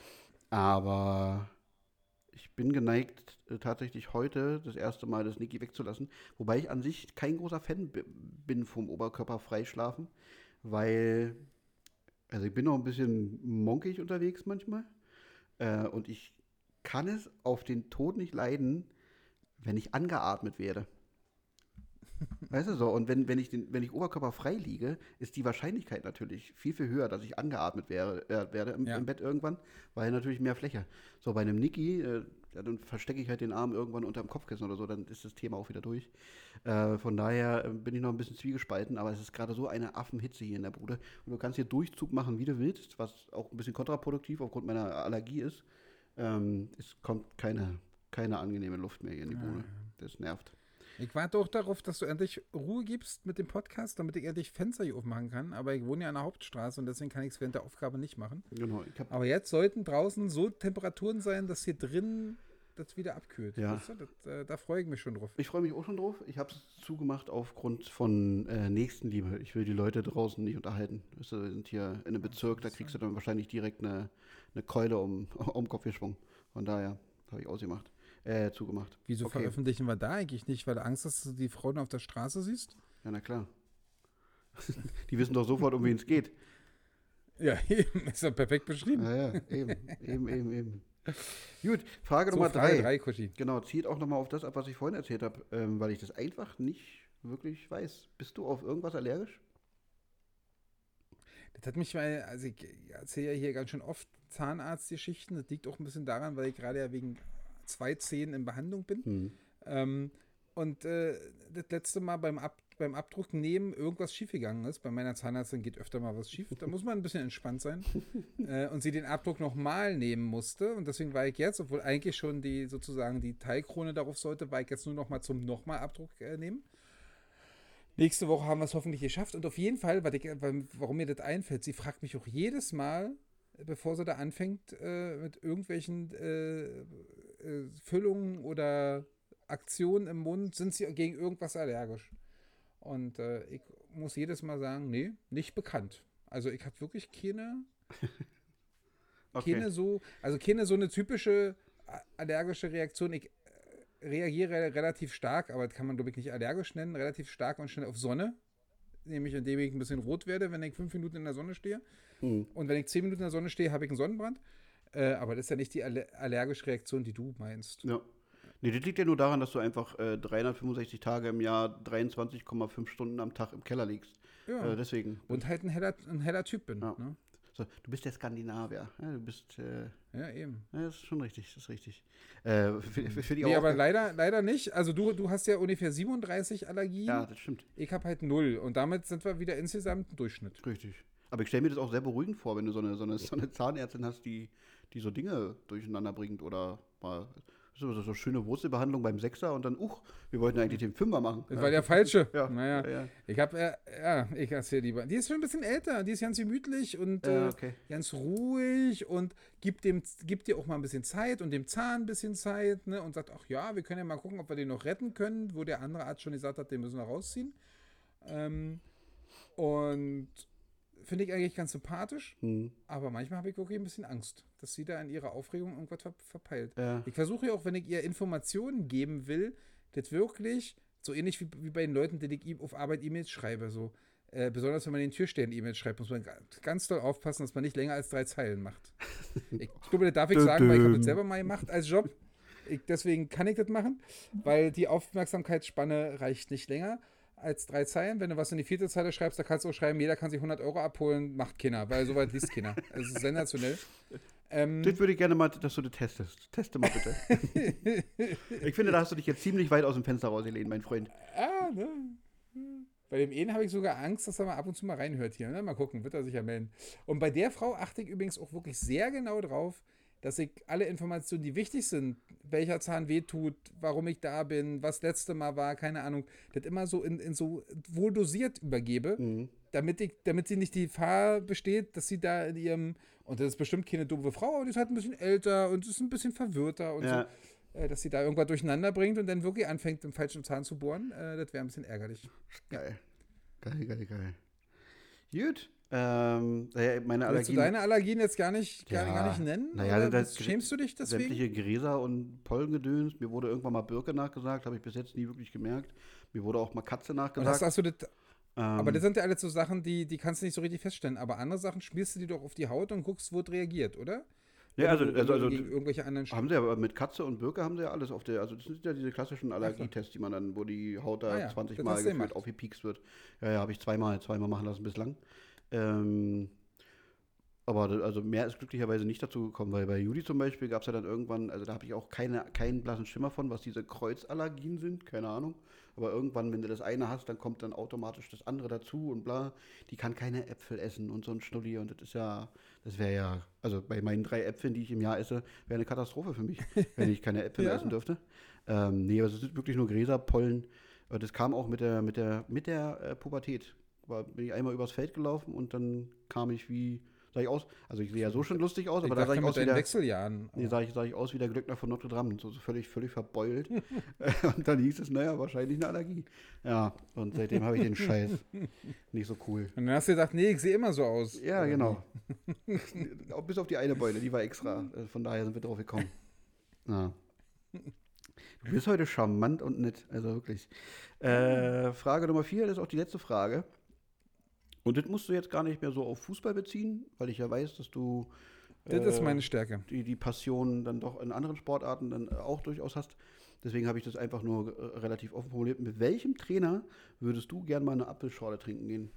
Aber ich bin geneigt, tatsächlich heute das erste Mal das Niki wegzulassen. Wobei ich an sich kein großer Fan bin vom Oberkörper freischlafen, weil, also ich bin noch ein bisschen monkig unterwegs manchmal. Und ich kann es auf den Tod nicht leiden, wenn ich angeatmet werde. Weißt du so, und wenn ich oberkörperfrei liege, ist die Wahrscheinlichkeit natürlich viel, viel höher, dass ich angeatmet werde Ja. im Bett irgendwann, weil natürlich mehr Fläche. So, bei einem Niki, dann verstecke ich halt den Arm irgendwann unter dem Kopfkissen oder so, dann ist das Thema auch wieder durch. Von daher bin ich noch ein bisschen zwiegespalten, aber es ist gerade so eine Affenhitze hier in der Bude. Und du kannst hier Durchzug machen, wie du willst, was auch ein bisschen kontraproduktiv aufgrund meiner Allergie ist. Es kommt keine angenehme Luft mehr hier in die Bude. Das nervt. Ich warte auch darauf, dass du endlich Ruhe gibst mit dem Podcast, damit ich endlich Fenster hier aufmachen kann. Aber ich wohne ja an der Hauptstraße und deswegen kann ich es während der Aufgabe nicht machen. Genau, Aber jetzt sollten draußen so Temperaturen sein, dass hier drin das wieder abkühlt. Ja. Weißt du? Da freue ich mich schon drauf. Ich freue mich auch schon drauf. Ich habe es zugemacht aufgrund von Nächstenliebe. Ich will die Leute draußen nicht unterhalten. Weißt du, wir sind hier in einem Bezirk, da kriegst du dann wahrscheinlich direkt eine Keule um den Kopf geschwungen. Von daher habe ich ausgemacht. Zugemacht. Wieso Okay. veröffentlichen wir da eigentlich nicht? Weil du Angst hast, dass du die Frauen auf der Straße siehst? Ja, na klar. Die wissen doch sofort, um wen es geht. Ja, eben. Ist ja perfekt beschrieben. Ja, eben. Gut, Frage So, Nummer Frage 3. 3, Kuschi. Genau, zielt auch nochmal auf das ab, was ich vorhin erzählt habe, weil ich das einfach nicht wirklich weiß. Bist du auf irgendwas allergisch? Das hat mich mal, also ich erzähle ja hier ganz schön oft Zahnarztgeschichten. Das liegt auch ein bisschen daran, weil ich gerade ja wegen 2 Zähnen in Behandlung bin. Und das letzte Mal beim Abdruck nehmen irgendwas schiefgegangen ist. Bei meiner Zahnärztin geht öfter mal was schief. Da muss man ein bisschen entspannt sein. Und sie den Abdruck nochmal nehmen musste. Und deswegen war ich jetzt, obwohl eigentlich schon die Teilkrone darauf sollte, war ich jetzt nur noch mal zum nochmal Abdruck nehmen. Nächste Woche haben wir es hoffentlich geschafft. Und auf jeden Fall, warum mir das einfällt, sie fragt mich auch jedes Mal, bevor sie da anfängt, mit irgendwelchen Füllungen oder Aktionen im Mund, sind sie gegen irgendwas allergisch. Und ich muss jedes Mal sagen, nee, nicht bekannt. Also ich habe wirklich keine so eine typische allergische Reaktion. Ich reagiere relativ stark, aber das kann man, glaube ich, nicht allergisch nennen, relativ stark und schnell auf Sonne. Nämlich indem ich ein bisschen rot werde, wenn ich 5 Minuten in der Sonne stehe. Und wenn ich 10 Minuten in der Sonne stehe, habe ich einen Sonnenbrand. Aber das ist ja nicht die allergische Reaktion, die du meinst. Ja. Nee, das liegt ja nur daran, dass du einfach 365 Tage im Jahr 23,5 Stunden am Tag im Keller liegst. Ja. Deswegen. Und halt ein heller Typ bin. Ja. Ne? So, du bist der Skandinavier. Ja, du bist. Ja, eben. Ja, das ist schon richtig. Das ist richtig. Für die Nee, aber leider nicht. Also du hast ja ungefähr 37 Allergien. Ja, das stimmt. Ich habe halt 0. Und damit sind wir wieder insgesamt im Durchschnitt. Richtig. Aber ich stelle mir das auch sehr beruhigend vor, wenn du so eine Zahnärztin hast, die so Dinge durcheinander bringt oder mal so schöne Wurzelbehandlung beim Sechser und dann, wir wollten eigentlich den Fünfer machen. Das war der falsche. Ja, Naja. ja. Ich erzähle lieber. Die ist schon ein bisschen älter, die ist ganz gemütlich und Okay. ganz ruhig und gibt dir auch mal ein bisschen Zeit und dem Zahn ein bisschen Zeit, ne? Und sagt, ach ja, wir können ja mal gucken, ob wir den noch retten können, wo der andere Arzt schon gesagt hat, den müssen wir rausziehen. Und finde ich eigentlich ganz sympathisch, aber manchmal habe ich wirklich ein bisschen Angst, dass sie da in ihrer Aufregung irgendwas verpeilt. Ja. Ich versuche ja auch, wenn ich ihr Informationen geben will, das wirklich, so ähnlich wie bei den Leuten, denen ich auf Arbeit E-Mails schreibe, so. Besonders wenn man den Türstehern E-Mails schreibt, muss man ganz doll aufpassen, dass man nicht länger als 3 Zeilen macht. Ich glaube, das darf ich sagen, weil ich habe das selber mal gemacht als Job. Deswegen kann ich das machen, weil die Aufmerksamkeitsspanne reicht nicht länger. als 3 Zeilen. Wenn du was in die 4. Zeile schreibst, da kannst du auch schreiben, jeder kann sich 100 Euro abholen, macht keiner, weil soweit liest keiner. Es ist sensationell. Das würde ich gerne mal, dass du das testest. Teste mal bitte. Ich finde, da hast du dich jetzt ziemlich weit aus dem Fenster rausgelehnt, mein Freund. Ne? Bei dem einen habe ich sogar Angst, dass er mal ab und zu mal reinhört hier. Ne? Mal gucken, wird er sich ja melden. Und bei der Frau achte ich übrigens auch wirklich sehr genau drauf, dass ich alle Informationen, die wichtig sind, welcher Zahn wehtut, warum ich da bin, was letzte Mal war, keine Ahnung, das immer so in so wohl dosiert übergebe, damit sie nicht die Gefahr besteht, dass sie da in ihrem, und das ist bestimmt keine doofe Frau, aber die ist halt ein bisschen älter und ist ein bisschen verwirrter und so, dass sie da irgendwas durcheinander bringt und dann wirklich anfängt, im falschen Zahn zu bohren, das wäre ein bisschen ärgerlich. Geil. Geil. Gut. Meine Willst du Allergien. deine Allergien jetzt gar nicht nennen? Naja, Oder schämst du dich deswegen? Sämtliche Gräser und Pollengedöns. Mir wurde irgendwann mal Birke nachgesagt, habe ich bis jetzt nie wirklich gemerkt. Mir wurde auch mal Katze Und nachgesagt. hast du das, aber das sind ja alles so Sachen, die kannst du nicht so richtig feststellen. Aber andere Sachen schmierst du die doch auf die Haut und guckst, wo es reagiert, oder? Ja, also gegen irgendwelche anderen haben sie ja mit Katze und Birke haben sie ja alles auf der, also das sind ja diese klassischen Allergietests, die man dann, wo die Haut da 20 Mal gefühlt aufgepiekst wird. Ja, habe ich zweimal machen lassen bislang. Aber also mehr ist glücklicherweise nicht dazu gekommen, weil bei Judy zum Beispiel gab es ja dann irgendwann, also da habe ich auch keinen blassen Schimmer von, was diese Kreuzallergien sind, keine Ahnung. Aber irgendwann, wenn du das eine hast, dann kommt dann automatisch das andere dazu und bla. Die kann keine Äpfel essen und so ein Schnulli und das wäre ja, also bei meinen 3 Äpfeln, die ich im Jahr esse, wäre eine Katastrophe für mich, wenn ich keine Äpfel mehr essen dürfte. Nee, aber es sind wirklich nur Gräser, Pollen. Aber das kam auch mit der Pubertät. Bin ich einmal übers Feld gelaufen und dann kam ich wie, sah ich aus, also ich sehe ja so schon lustig aus, aber da sah ich aus wie der Wechseljahren. Nee, sah ich aus wie der Glöckner von Notre Dame, so völlig verbeult. Und dann hieß es, naja, wahrscheinlich eine Allergie. Ja, und seitdem habe ich den Scheiß. Nicht so cool. Und dann hast du gedacht, nee, ich sehe immer so aus. Ja, genau. Bis auf die eine Beule, die war extra. Von daher sind wir drauf gekommen. Ja. Du bist heute charmant und nett, also wirklich. Frage Nummer 4, das ist auch die letzte Frage. Und das musst du jetzt gar nicht mehr so auf Fußball beziehen, weil ich ja weiß, dass du das ist meine Stärke. Die Passion dann doch in anderen Sportarten dann auch durchaus hast. Deswegen habe ich das einfach nur relativ offen formuliert. Mit welchem Trainer würdest du gern mal eine Apfelschorle trinken gehen?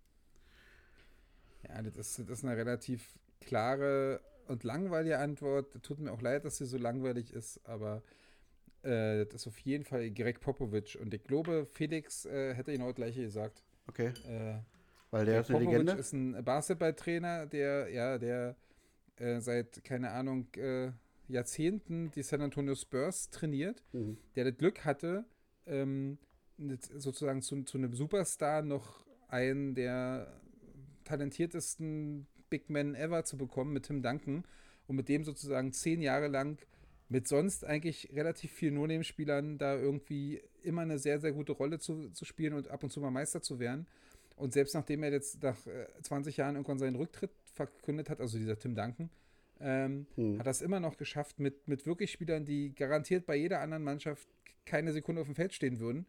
Ja, das ist eine relativ klare und langweilige Antwort. Tut mir auch leid, dass sie so langweilig ist, aber das ist auf jeden Fall Greg Popovich. Und ich glaube, Felix hätte genau das Gleiche gesagt. Okay. Weil der ist eine Popovich Legende? Ist ein Basketballtrainer, der seit, keine Ahnung, Jahrzehnten die San Antonio Spurs trainiert, der das Glück hatte, sozusagen zu einem Superstar noch einen der talentiertesten Big Men ever zu bekommen mit Tim Duncan und mit dem sozusagen 10 Jahre lang mit sonst eigentlich relativ vielen No-Name-Spielern da irgendwie immer eine sehr, sehr gute Rolle zu spielen und ab und zu mal Meister zu werden. Und selbst nachdem er jetzt nach 20 Jahren irgendwann seinen Rücktritt verkündet hat, also dieser Tim Duncan, hat das immer noch geschafft, mit wirklich Spielern, die garantiert bei jeder anderen Mannschaft keine Sekunde auf dem Feld stehen würden,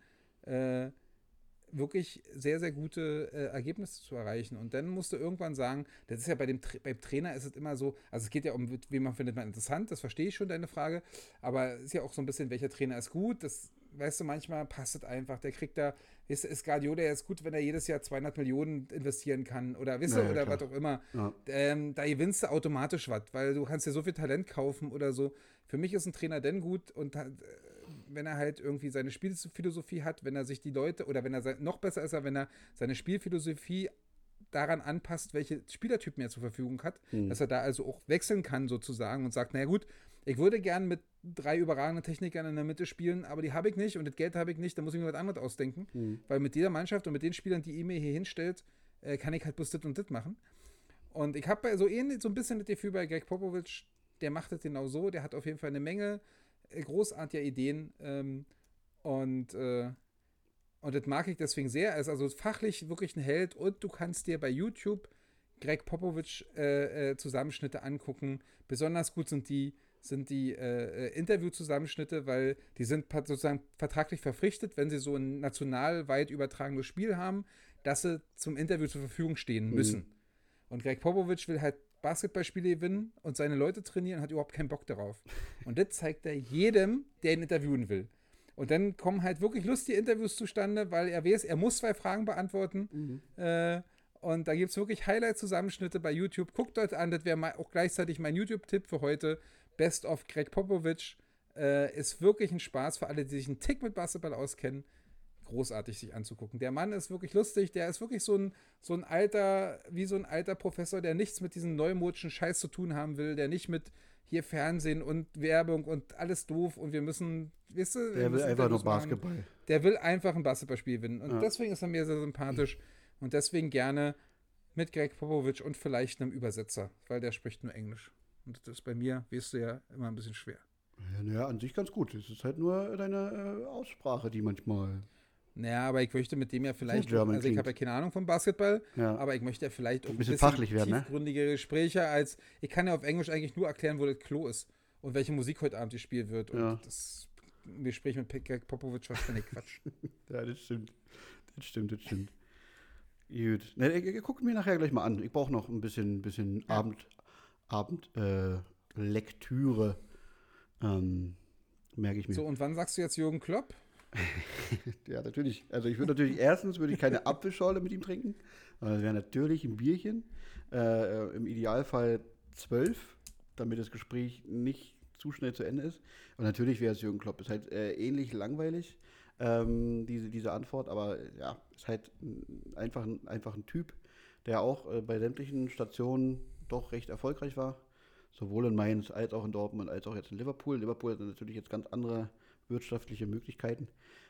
wirklich sehr, sehr gute Ergebnisse zu erreichen. Und dann musst du irgendwann sagen, das ist ja beim Trainer ist es immer so, also es geht ja um, wie man findet man interessant, das verstehe ich schon, deine Frage, aber es ist ja auch so ein bisschen, welcher Trainer ist gut, das weißt du, manchmal passt es einfach, der kriegt da, ist Guardiola jetzt gut, wenn er jedes Jahr 200 Millionen investieren kann oder weißt du, oder was auch immer. Ja. Da gewinnst du automatisch was, weil du kannst dir so viel Talent kaufen oder so. Für mich ist ein Trainer denn gut und wenn er halt irgendwie seine Spielphilosophie hat, wenn er sich die Leute, oder wenn er noch besser ist, wenn er seine Spielphilosophie daran anpasst, welche Spielertypen er zur Verfügung hat, dass er da also auch wechseln kann sozusagen und sagt, naja gut, ich würde gern mit 3 überragenden Technikern in der Mitte spielen, aber die habe ich nicht und das Geld habe ich nicht, da muss ich mir was anderes ausdenken, weil mit dieser Mannschaft und mit den Spielern, die ihr mir hier hinstellt, kann ich halt bloß das und das machen. Und ich habe so ein bisschen das Gefühl bei Greg Popovich, der macht das genau so, der hat auf jeden Fall eine Menge großartiger Ideen und das mag ich deswegen sehr. Er ist also fachlich wirklich ein Held und du kannst dir bei YouTube Greg Popovich Zusammenschnitte angucken. Besonders gut sind die Interview-Zusammenschnitte, weil die sind sozusagen vertraglich verpflichtet, wenn sie so ein nationalweit übertragenes Spiel haben, dass sie zum Interview zur Verfügung stehen müssen. Und Greg Popovich will halt Basketballspiele gewinnen und seine Leute trainieren und hat überhaupt keinen Bock darauf. Und das zeigt er jedem, der ihn interviewen will. Und dann kommen halt wirklich lustige Interviews zustande, weil er weiß, er muss 2 Fragen beantworten. Und da gibt es wirklich Highlight-Zusammenschnitte bei YouTube. Guckt euch an, das wäre auch gleichzeitig mein YouTube-Tipp für heute. Best of Greg Popovich. Ist wirklich ein Spaß für alle, die sich einen Tick mit Basketball auskennen. Großartig sich anzugucken. Der Mann ist wirklich lustig. Der ist wirklich so ein alter Professor, der nichts mit diesem neumodischen Scheiß zu tun haben will, der nicht mit hier Fernsehen und Werbung und alles doof und wir müssen, weißt du, Der will einfach nur Basketball. Machen. Der will einfach ein Basketballspiel gewinnen. Und deswegen ist er mir sehr sympathisch und deswegen gerne mit Greg Popovich und vielleicht einem Übersetzer, weil der spricht nur Englisch. Und das ist bei mir, weißt du ja, immer ein bisschen schwer. Ja, an sich ganz gut. Es ist halt nur deine Aussprache, die manchmal. Naja, aber ich möchte mit dem ja vielleicht, German also ich habe ja keine Ahnung vom Basketball, aber ich möchte ja vielleicht auch ein bisschen fachlich werden, tiefgründige Gespräche als, ich kann ja auf Englisch eigentlich nur erklären, wo das Klo ist und welche Musik heute Abend gespielt wird und das Gespräch mit Greg Popovich war ständig Quatsch. Ja, das stimmt. Gut. Ne, guck mir nachher gleich mal an. Ich brauche noch ein bisschen Lektüre. Merke ich mir. So, und wann sagst du jetzt Jürgen Klopp? Ja, natürlich. Also ich würde erstens keine Apfelschorle mit ihm trinken. Das wäre natürlich ein Bierchen. Im Idealfall 12, damit das Gespräch nicht zu schnell zu Ende ist. Und natürlich wäre es Jürgen Klopp. Ist halt ähnlich langweilig, diese Antwort, aber ja, ist halt einfach ein Typ, der auch bei sämtlichen Stationen doch recht erfolgreich war. Sowohl in Mainz als auch in Dortmund, als auch jetzt in Liverpool. Liverpool hat natürlich jetzt ganz andere wirtschaftliche Möglichkeiten.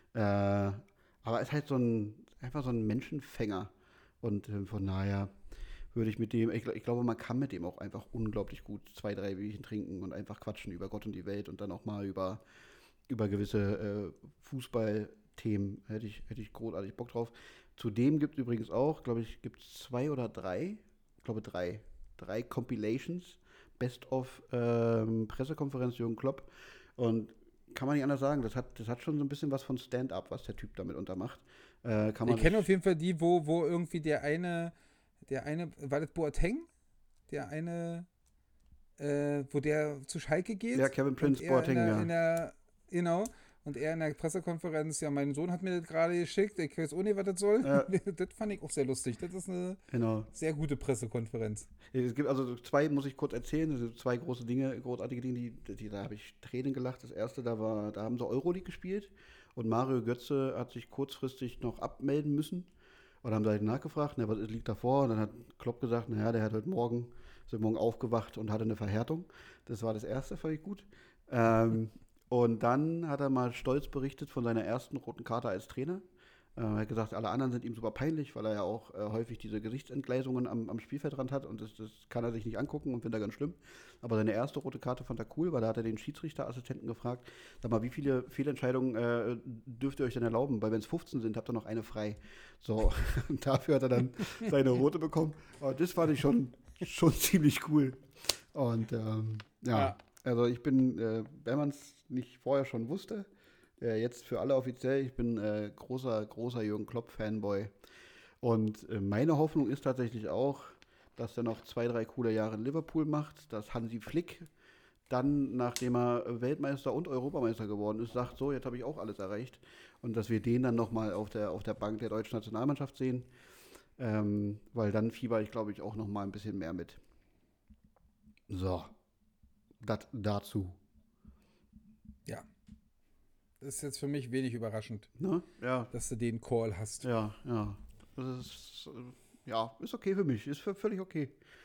Aber ist halt einfach so ein Menschenfänger. Und von daher würde ich mit dem, ich glaube, man kann mit dem auch einfach unglaublich gut 2, 3 Bierchen trinken und einfach quatschen über Gott und die Welt und dann auch mal über gewisse Fußballthemen. Hätte ich großartig Bock drauf. Zudem gibt es übrigens auch, glaube ich, 2 oder 3, ich glaube 3 Compilations, Best of Pressekonferenz Jürgen Klopp. Und kann man nicht anders sagen, das hat schon so ein bisschen was von Stand-up, was der Typ damit untermacht. Ich kenne auf jeden Fall die, wo irgendwie der eine, war das Boateng? Der eine, wo der zu Schalke geht? Ja, Kevin Prince Boateng, Genau. Und er in der Pressekonferenz, ja, mein Sohn hat mir das gerade geschickt, ich weiß auch nicht, was das soll. Ja. Das fand ich auch sehr lustig. Das ist eine sehr gute Pressekonferenz. Es gibt also 2, muss ich kurz erzählen, also 2 großartige Dinge, da habe ich Tränen gelacht. Das erste, da haben sie Euroleague gespielt und Mario Götze hat sich kurzfristig noch abmelden müssen. Und dann haben sie halt nachgefragt, was liegt davor? Und dann hat Klopp gesagt, der hat heute Morgen aufgewacht und hatte eine Verhärtung. Das war das erste, fand ich gut. Und dann hat er mal stolz berichtet von seiner ersten roten Karte als Trainer. Er hat gesagt, alle anderen sind ihm super peinlich, weil er ja auch häufig diese Gesichtsentgleisungen am Spielfeldrand hat und das kann er sich nicht angucken und findet er ganz schlimm. Aber seine erste rote Karte fand er cool, weil da hat er den Schiedsrichterassistenten gefragt, sag mal, wie viele Fehlentscheidungen dürft ihr euch denn erlauben? Weil wenn es 15 sind, habt ihr noch eine frei. So, und dafür hat er dann seine rote bekommen. Und das fand ich schon ziemlich cool. Und ja. Also ich bin, wenn man es nicht vorher schon wusste, jetzt für alle offiziell, ich bin großer Jürgen Klopp-Fanboy. Und meine Hoffnung ist tatsächlich auch, dass er noch 2, 3 coole Jahre in Liverpool macht, dass Hansi Flick dann, nachdem er Weltmeister und Europameister geworden ist, sagt, so, jetzt habe ich auch alles erreicht. Und dass wir den dann nochmal auf der Bank der deutschen Nationalmannschaft sehen, weil dann fieber ich, glaube ich, auch nochmal ein bisschen mehr mit. So. Das dazu. Ja. Das ist jetzt für mich wenig überraschend, Ja. dass du den Call hast. Ja. Das ist okay für mich. Ist völlig okay.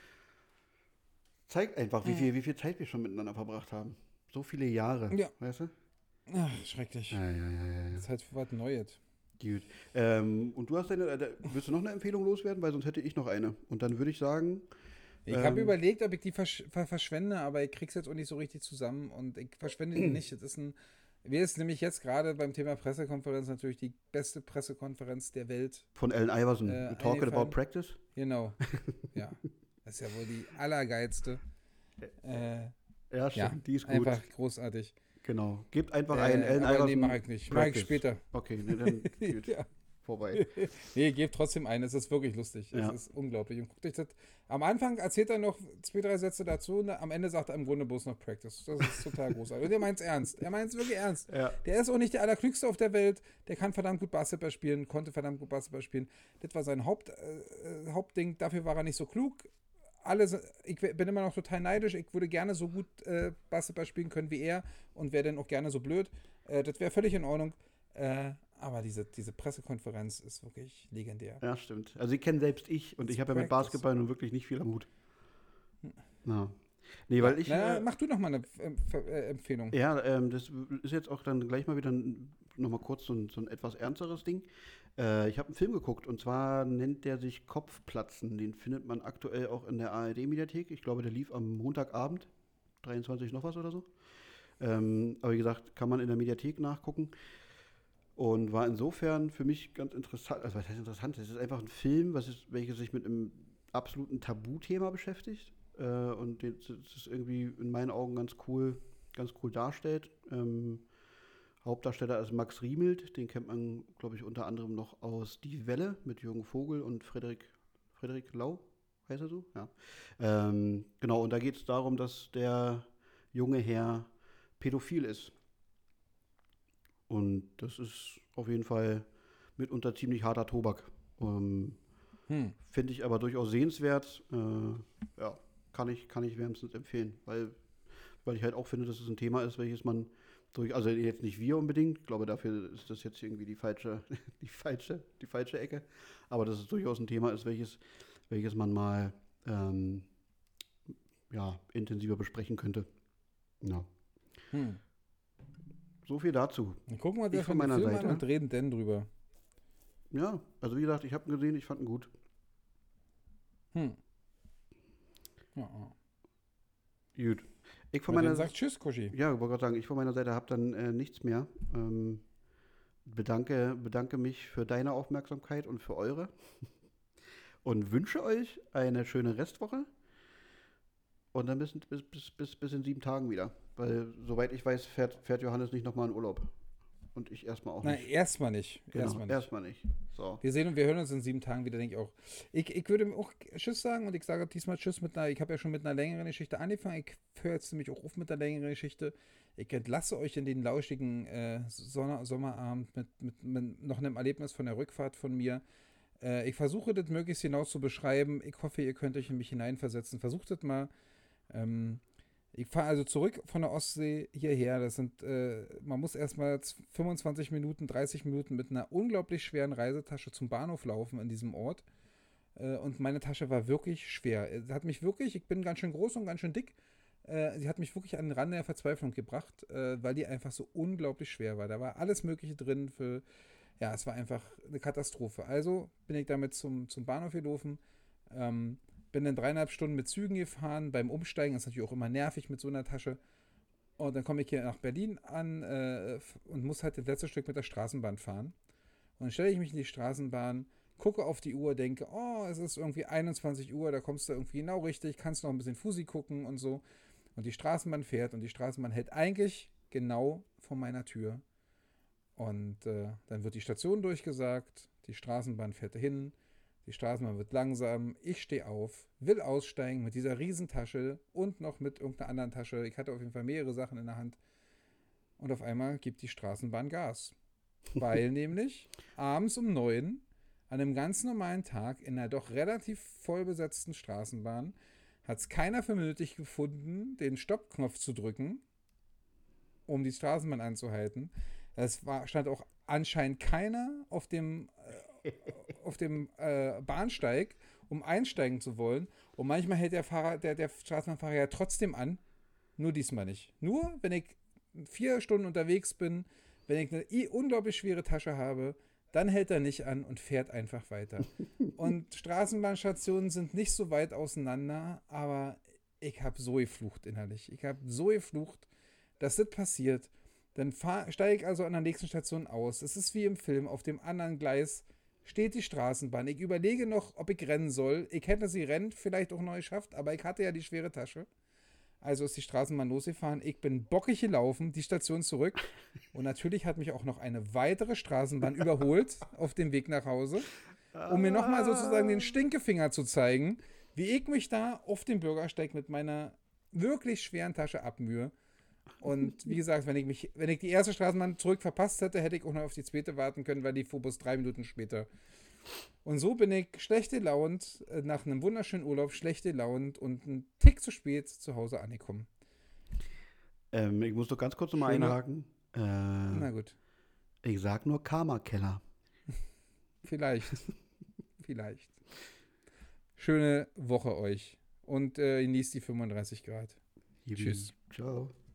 Zeigt einfach, wie viel Zeit wir schon miteinander verbracht haben. So viele Jahre. Ja. Weißt du? Ach, schrecklich. Ja. Das ist halt für was Neues. Gut. Und du hast willst du noch eine Empfehlung loswerden? Weil sonst hätte ich noch eine. Und dann würde ich sagen, ich habe überlegt, ob ich die verschwende, aber ich krieg's jetzt auch nicht so richtig zusammen und ich verschwende die nicht. Wir ist nämlich jetzt gerade beim Thema Pressekonferenz natürlich die beste Pressekonferenz der Welt. Von Allen Iverson, Talking About Practice? Genau, ja. Das ist ja wohl die allergeilste. Ja, stimmt, die ist gut. Einfach großartig. Genau. Gebt einfach einen Allen aber Iverson. Nee, mach ich nicht. Mach ich später. Okay, dann gut. Ja. vorbei. Nee, gebt trotzdem ein, es ist wirklich lustig. Ja. Es ist unglaublich. Und guckt euch das. Am Anfang erzählt er noch 2, 3 Sätze dazu und am Ende sagt er im Grunde bloß noch Practice. Das ist total großartig. Und er meint es ernst. Er meint es wirklich ernst. Ja. Der ist auch nicht der Allerklügste auf der Welt. Der kann verdammt gut Basketball spielen, konnte verdammt gut Basketball spielen. Das war sein Hauptding. Dafür war er nicht so klug. Ich bin immer noch total neidisch. Ich würde gerne so gut Basketball spielen können wie er und wäre dann auch gerne so blöd. Das wäre völlig in Ordnung. Aber diese Pressekonferenz ist wirklich legendär. Ja, stimmt. Also ich kenne selbst und ich habe ja mit Basketball nun wirklich nicht viel am Hut. Ja. Nee, weil ich... mach du noch mal eine Empfehlung. Ja, das ist jetzt auch dann gleich mal wieder noch mal kurz so ein etwas ernsteres Ding. Ich habe einen Film geguckt und zwar nennt der sich Kopfplatzen. Den findet man aktuell auch in der ARD-Mediathek. Ich glaube, der lief am Montagabend, 23 noch was oder so. Aber wie gesagt, kann man in der Mediathek nachgucken. Und war insofern für mich ganz interessant. Also was heißt interessant? Es ist einfach ein Film, welches sich mit einem absoluten Tabuthema beschäftigt. Und das irgendwie in meinen Augen ganz cool darstellt. Hauptdarsteller ist Max Riemelt, den kennt man, glaube ich, unter anderem noch aus Die Welle mit Jürgen Vogel und Frederik Lau, heißt er so? Ja. Genau, und da geht es darum, dass der junge Herr pädophil ist. Und das ist auf jeden Fall mitunter ziemlich harter Tobak. Finde ich aber durchaus sehenswert. Ja, kann ich wärmstens empfehlen, weil ich halt auch finde, dass es ein Thema ist, welches man also jetzt nicht wir unbedingt, ich glaube, dafür ist das jetzt irgendwie die falsche Ecke, aber dass es durchaus ein Thema ist, welches man mal intensiver besprechen könnte. Ja. So viel dazu. Dann gucken wir uns von meiner Film Seite an und reden dann drüber. Ja, also wie gesagt, ich habe ihn gesehen, ich fand ihn gut. Ja. Gut. Ich von Dann meiner sagt Tschüss, Kuschi. Ja, ich wollte gerade sagen, ich von meiner Seite habe dann nichts mehr. Bedanke mich für deine Aufmerksamkeit und für eure. Und wünsche euch eine schöne Restwoche. Und dann bis in 7 Tagen wieder. Weil, soweit ich weiß, fährt Johannes nicht nochmal in Urlaub. Und ich erstmal auch nicht. Nein, erstmal nicht. Genau, erstmal nicht. So. Wir sehen und wir hören uns in 7 Tagen wieder, denke ich auch. Ich würde auch Tschüss sagen und ich sage diesmal Tschüss ich habe ja schon mit einer längeren Geschichte angefangen. Ich höre jetzt nämlich auch auf mit einer längeren Geschichte. Ich entlasse euch in den lauschigen Sommerabend mit noch einem Erlebnis von der Rückfahrt von mir. Ich versuche das möglichst genau zu beschreiben. Ich hoffe, ihr könnt euch in mich hineinversetzen. Versucht das mal. Ich fahre also zurück von der Ostsee hierher. Das sind, man muss erstmal 25 Minuten, 30 Minuten mit einer unglaublich schweren Reisetasche zum Bahnhof laufen in diesem Ort. Und meine Tasche war wirklich schwer. Sie hat mich wirklich, ich bin ganz schön groß und ganz schön dick. Sie hat mich wirklich an den Rand der Verzweiflung gebracht, weil die einfach so unglaublich schwer war. Da war alles Mögliche drin es war einfach eine Katastrophe. Also bin ich damit zum Bahnhof gelaufen. Bin dann 3,5 Stunden mit Zügen gefahren. Beim Umsteigen ist natürlich auch immer nervig mit so einer Tasche. Und dann komme ich hier nach Berlin an und muss halt das letzte Stück mit der Straßenbahn fahren. Und dann stelle ich mich in die Straßenbahn, gucke auf die Uhr, denke, es ist irgendwie 21 Uhr, da kommst du irgendwie genau richtig, kannst noch ein bisschen Fusi gucken und so. Und die Straßenbahn fährt und die Straßenbahn hält eigentlich genau vor meiner Tür. Und dann wird die Station durchgesagt, die Straßenbahn fährt dahin. Die Straßenbahn wird langsam, ich stehe auf, will aussteigen mit dieser Riesentasche und noch mit irgendeiner anderen Tasche. Ich hatte auf jeden Fall mehrere Sachen in der Hand. Und auf einmal gibt die Straßenbahn Gas. Weil nämlich abends um 9 an einem ganz normalen Tag in einer doch relativ voll besetzten Straßenbahn hat es keiner für nötig gefunden, den Stoppknopf zu drücken, um die Straßenbahn anzuhalten. Stand auch anscheinend keiner auf dem Bahnsteig, um einsteigen zu wollen. Und manchmal hält der Straßenbahnfahrer ja trotzdem an. Nur diesmal nicht. Nur, wenn ich 4 Stunden unterwegs bin, wenn ich eine unglaublich schwere Tasche habe, dann hält er nicht an und fährt einfach weiter. Und Straßenbahnstationen sind nicht so weit auseinander, aber ich habe so geflucht innerlich. Ich habe so geflucht, dass das passiert. Dann steige ich also an der nächsten Station aus. Es ist wie im Film, auf dem anderen Gleis steht die Straßenbahn. Ich überlege noch, ob ich rennen soll. Ich hätte sie rennt, vielleicht auch neu geschafft, aber ich hatte ja die schwere Tasche. Also ist die Straßenbahn losgefahren. Ich bin bockig gelaufen, die Station zurück. Und natürlich hat mich auch noch eine weitere Straßenbahn überholt auf dem Weg nach Hause, um mir nochmal sozusagen den Stinkefinger zu zeigen, wie ich mich da auf dem Bürgersteig mit meiner wirklich schweren Tasche abmühe. Und wie gesagt, wenn ich die erste Straßenbahn zurück verpasst hätte, hätte ich auch noch auf die zweite warten können, weil die fuhr bloß 3 Minuten später. Und so bin ich schlecht gelaunt, nach einem wunderschönen Urlaub schlecht gelaunt und einen Tick zu spät zu Hause angekommen. Ich muss doch ganz kurz nochmal einhaken. Na gut. Ich sag nur Karma-Keller. Vielleicht. Vielleicht. Schöne Woche euch. Und genießt die 35 Grad. Tschüss. Ciao.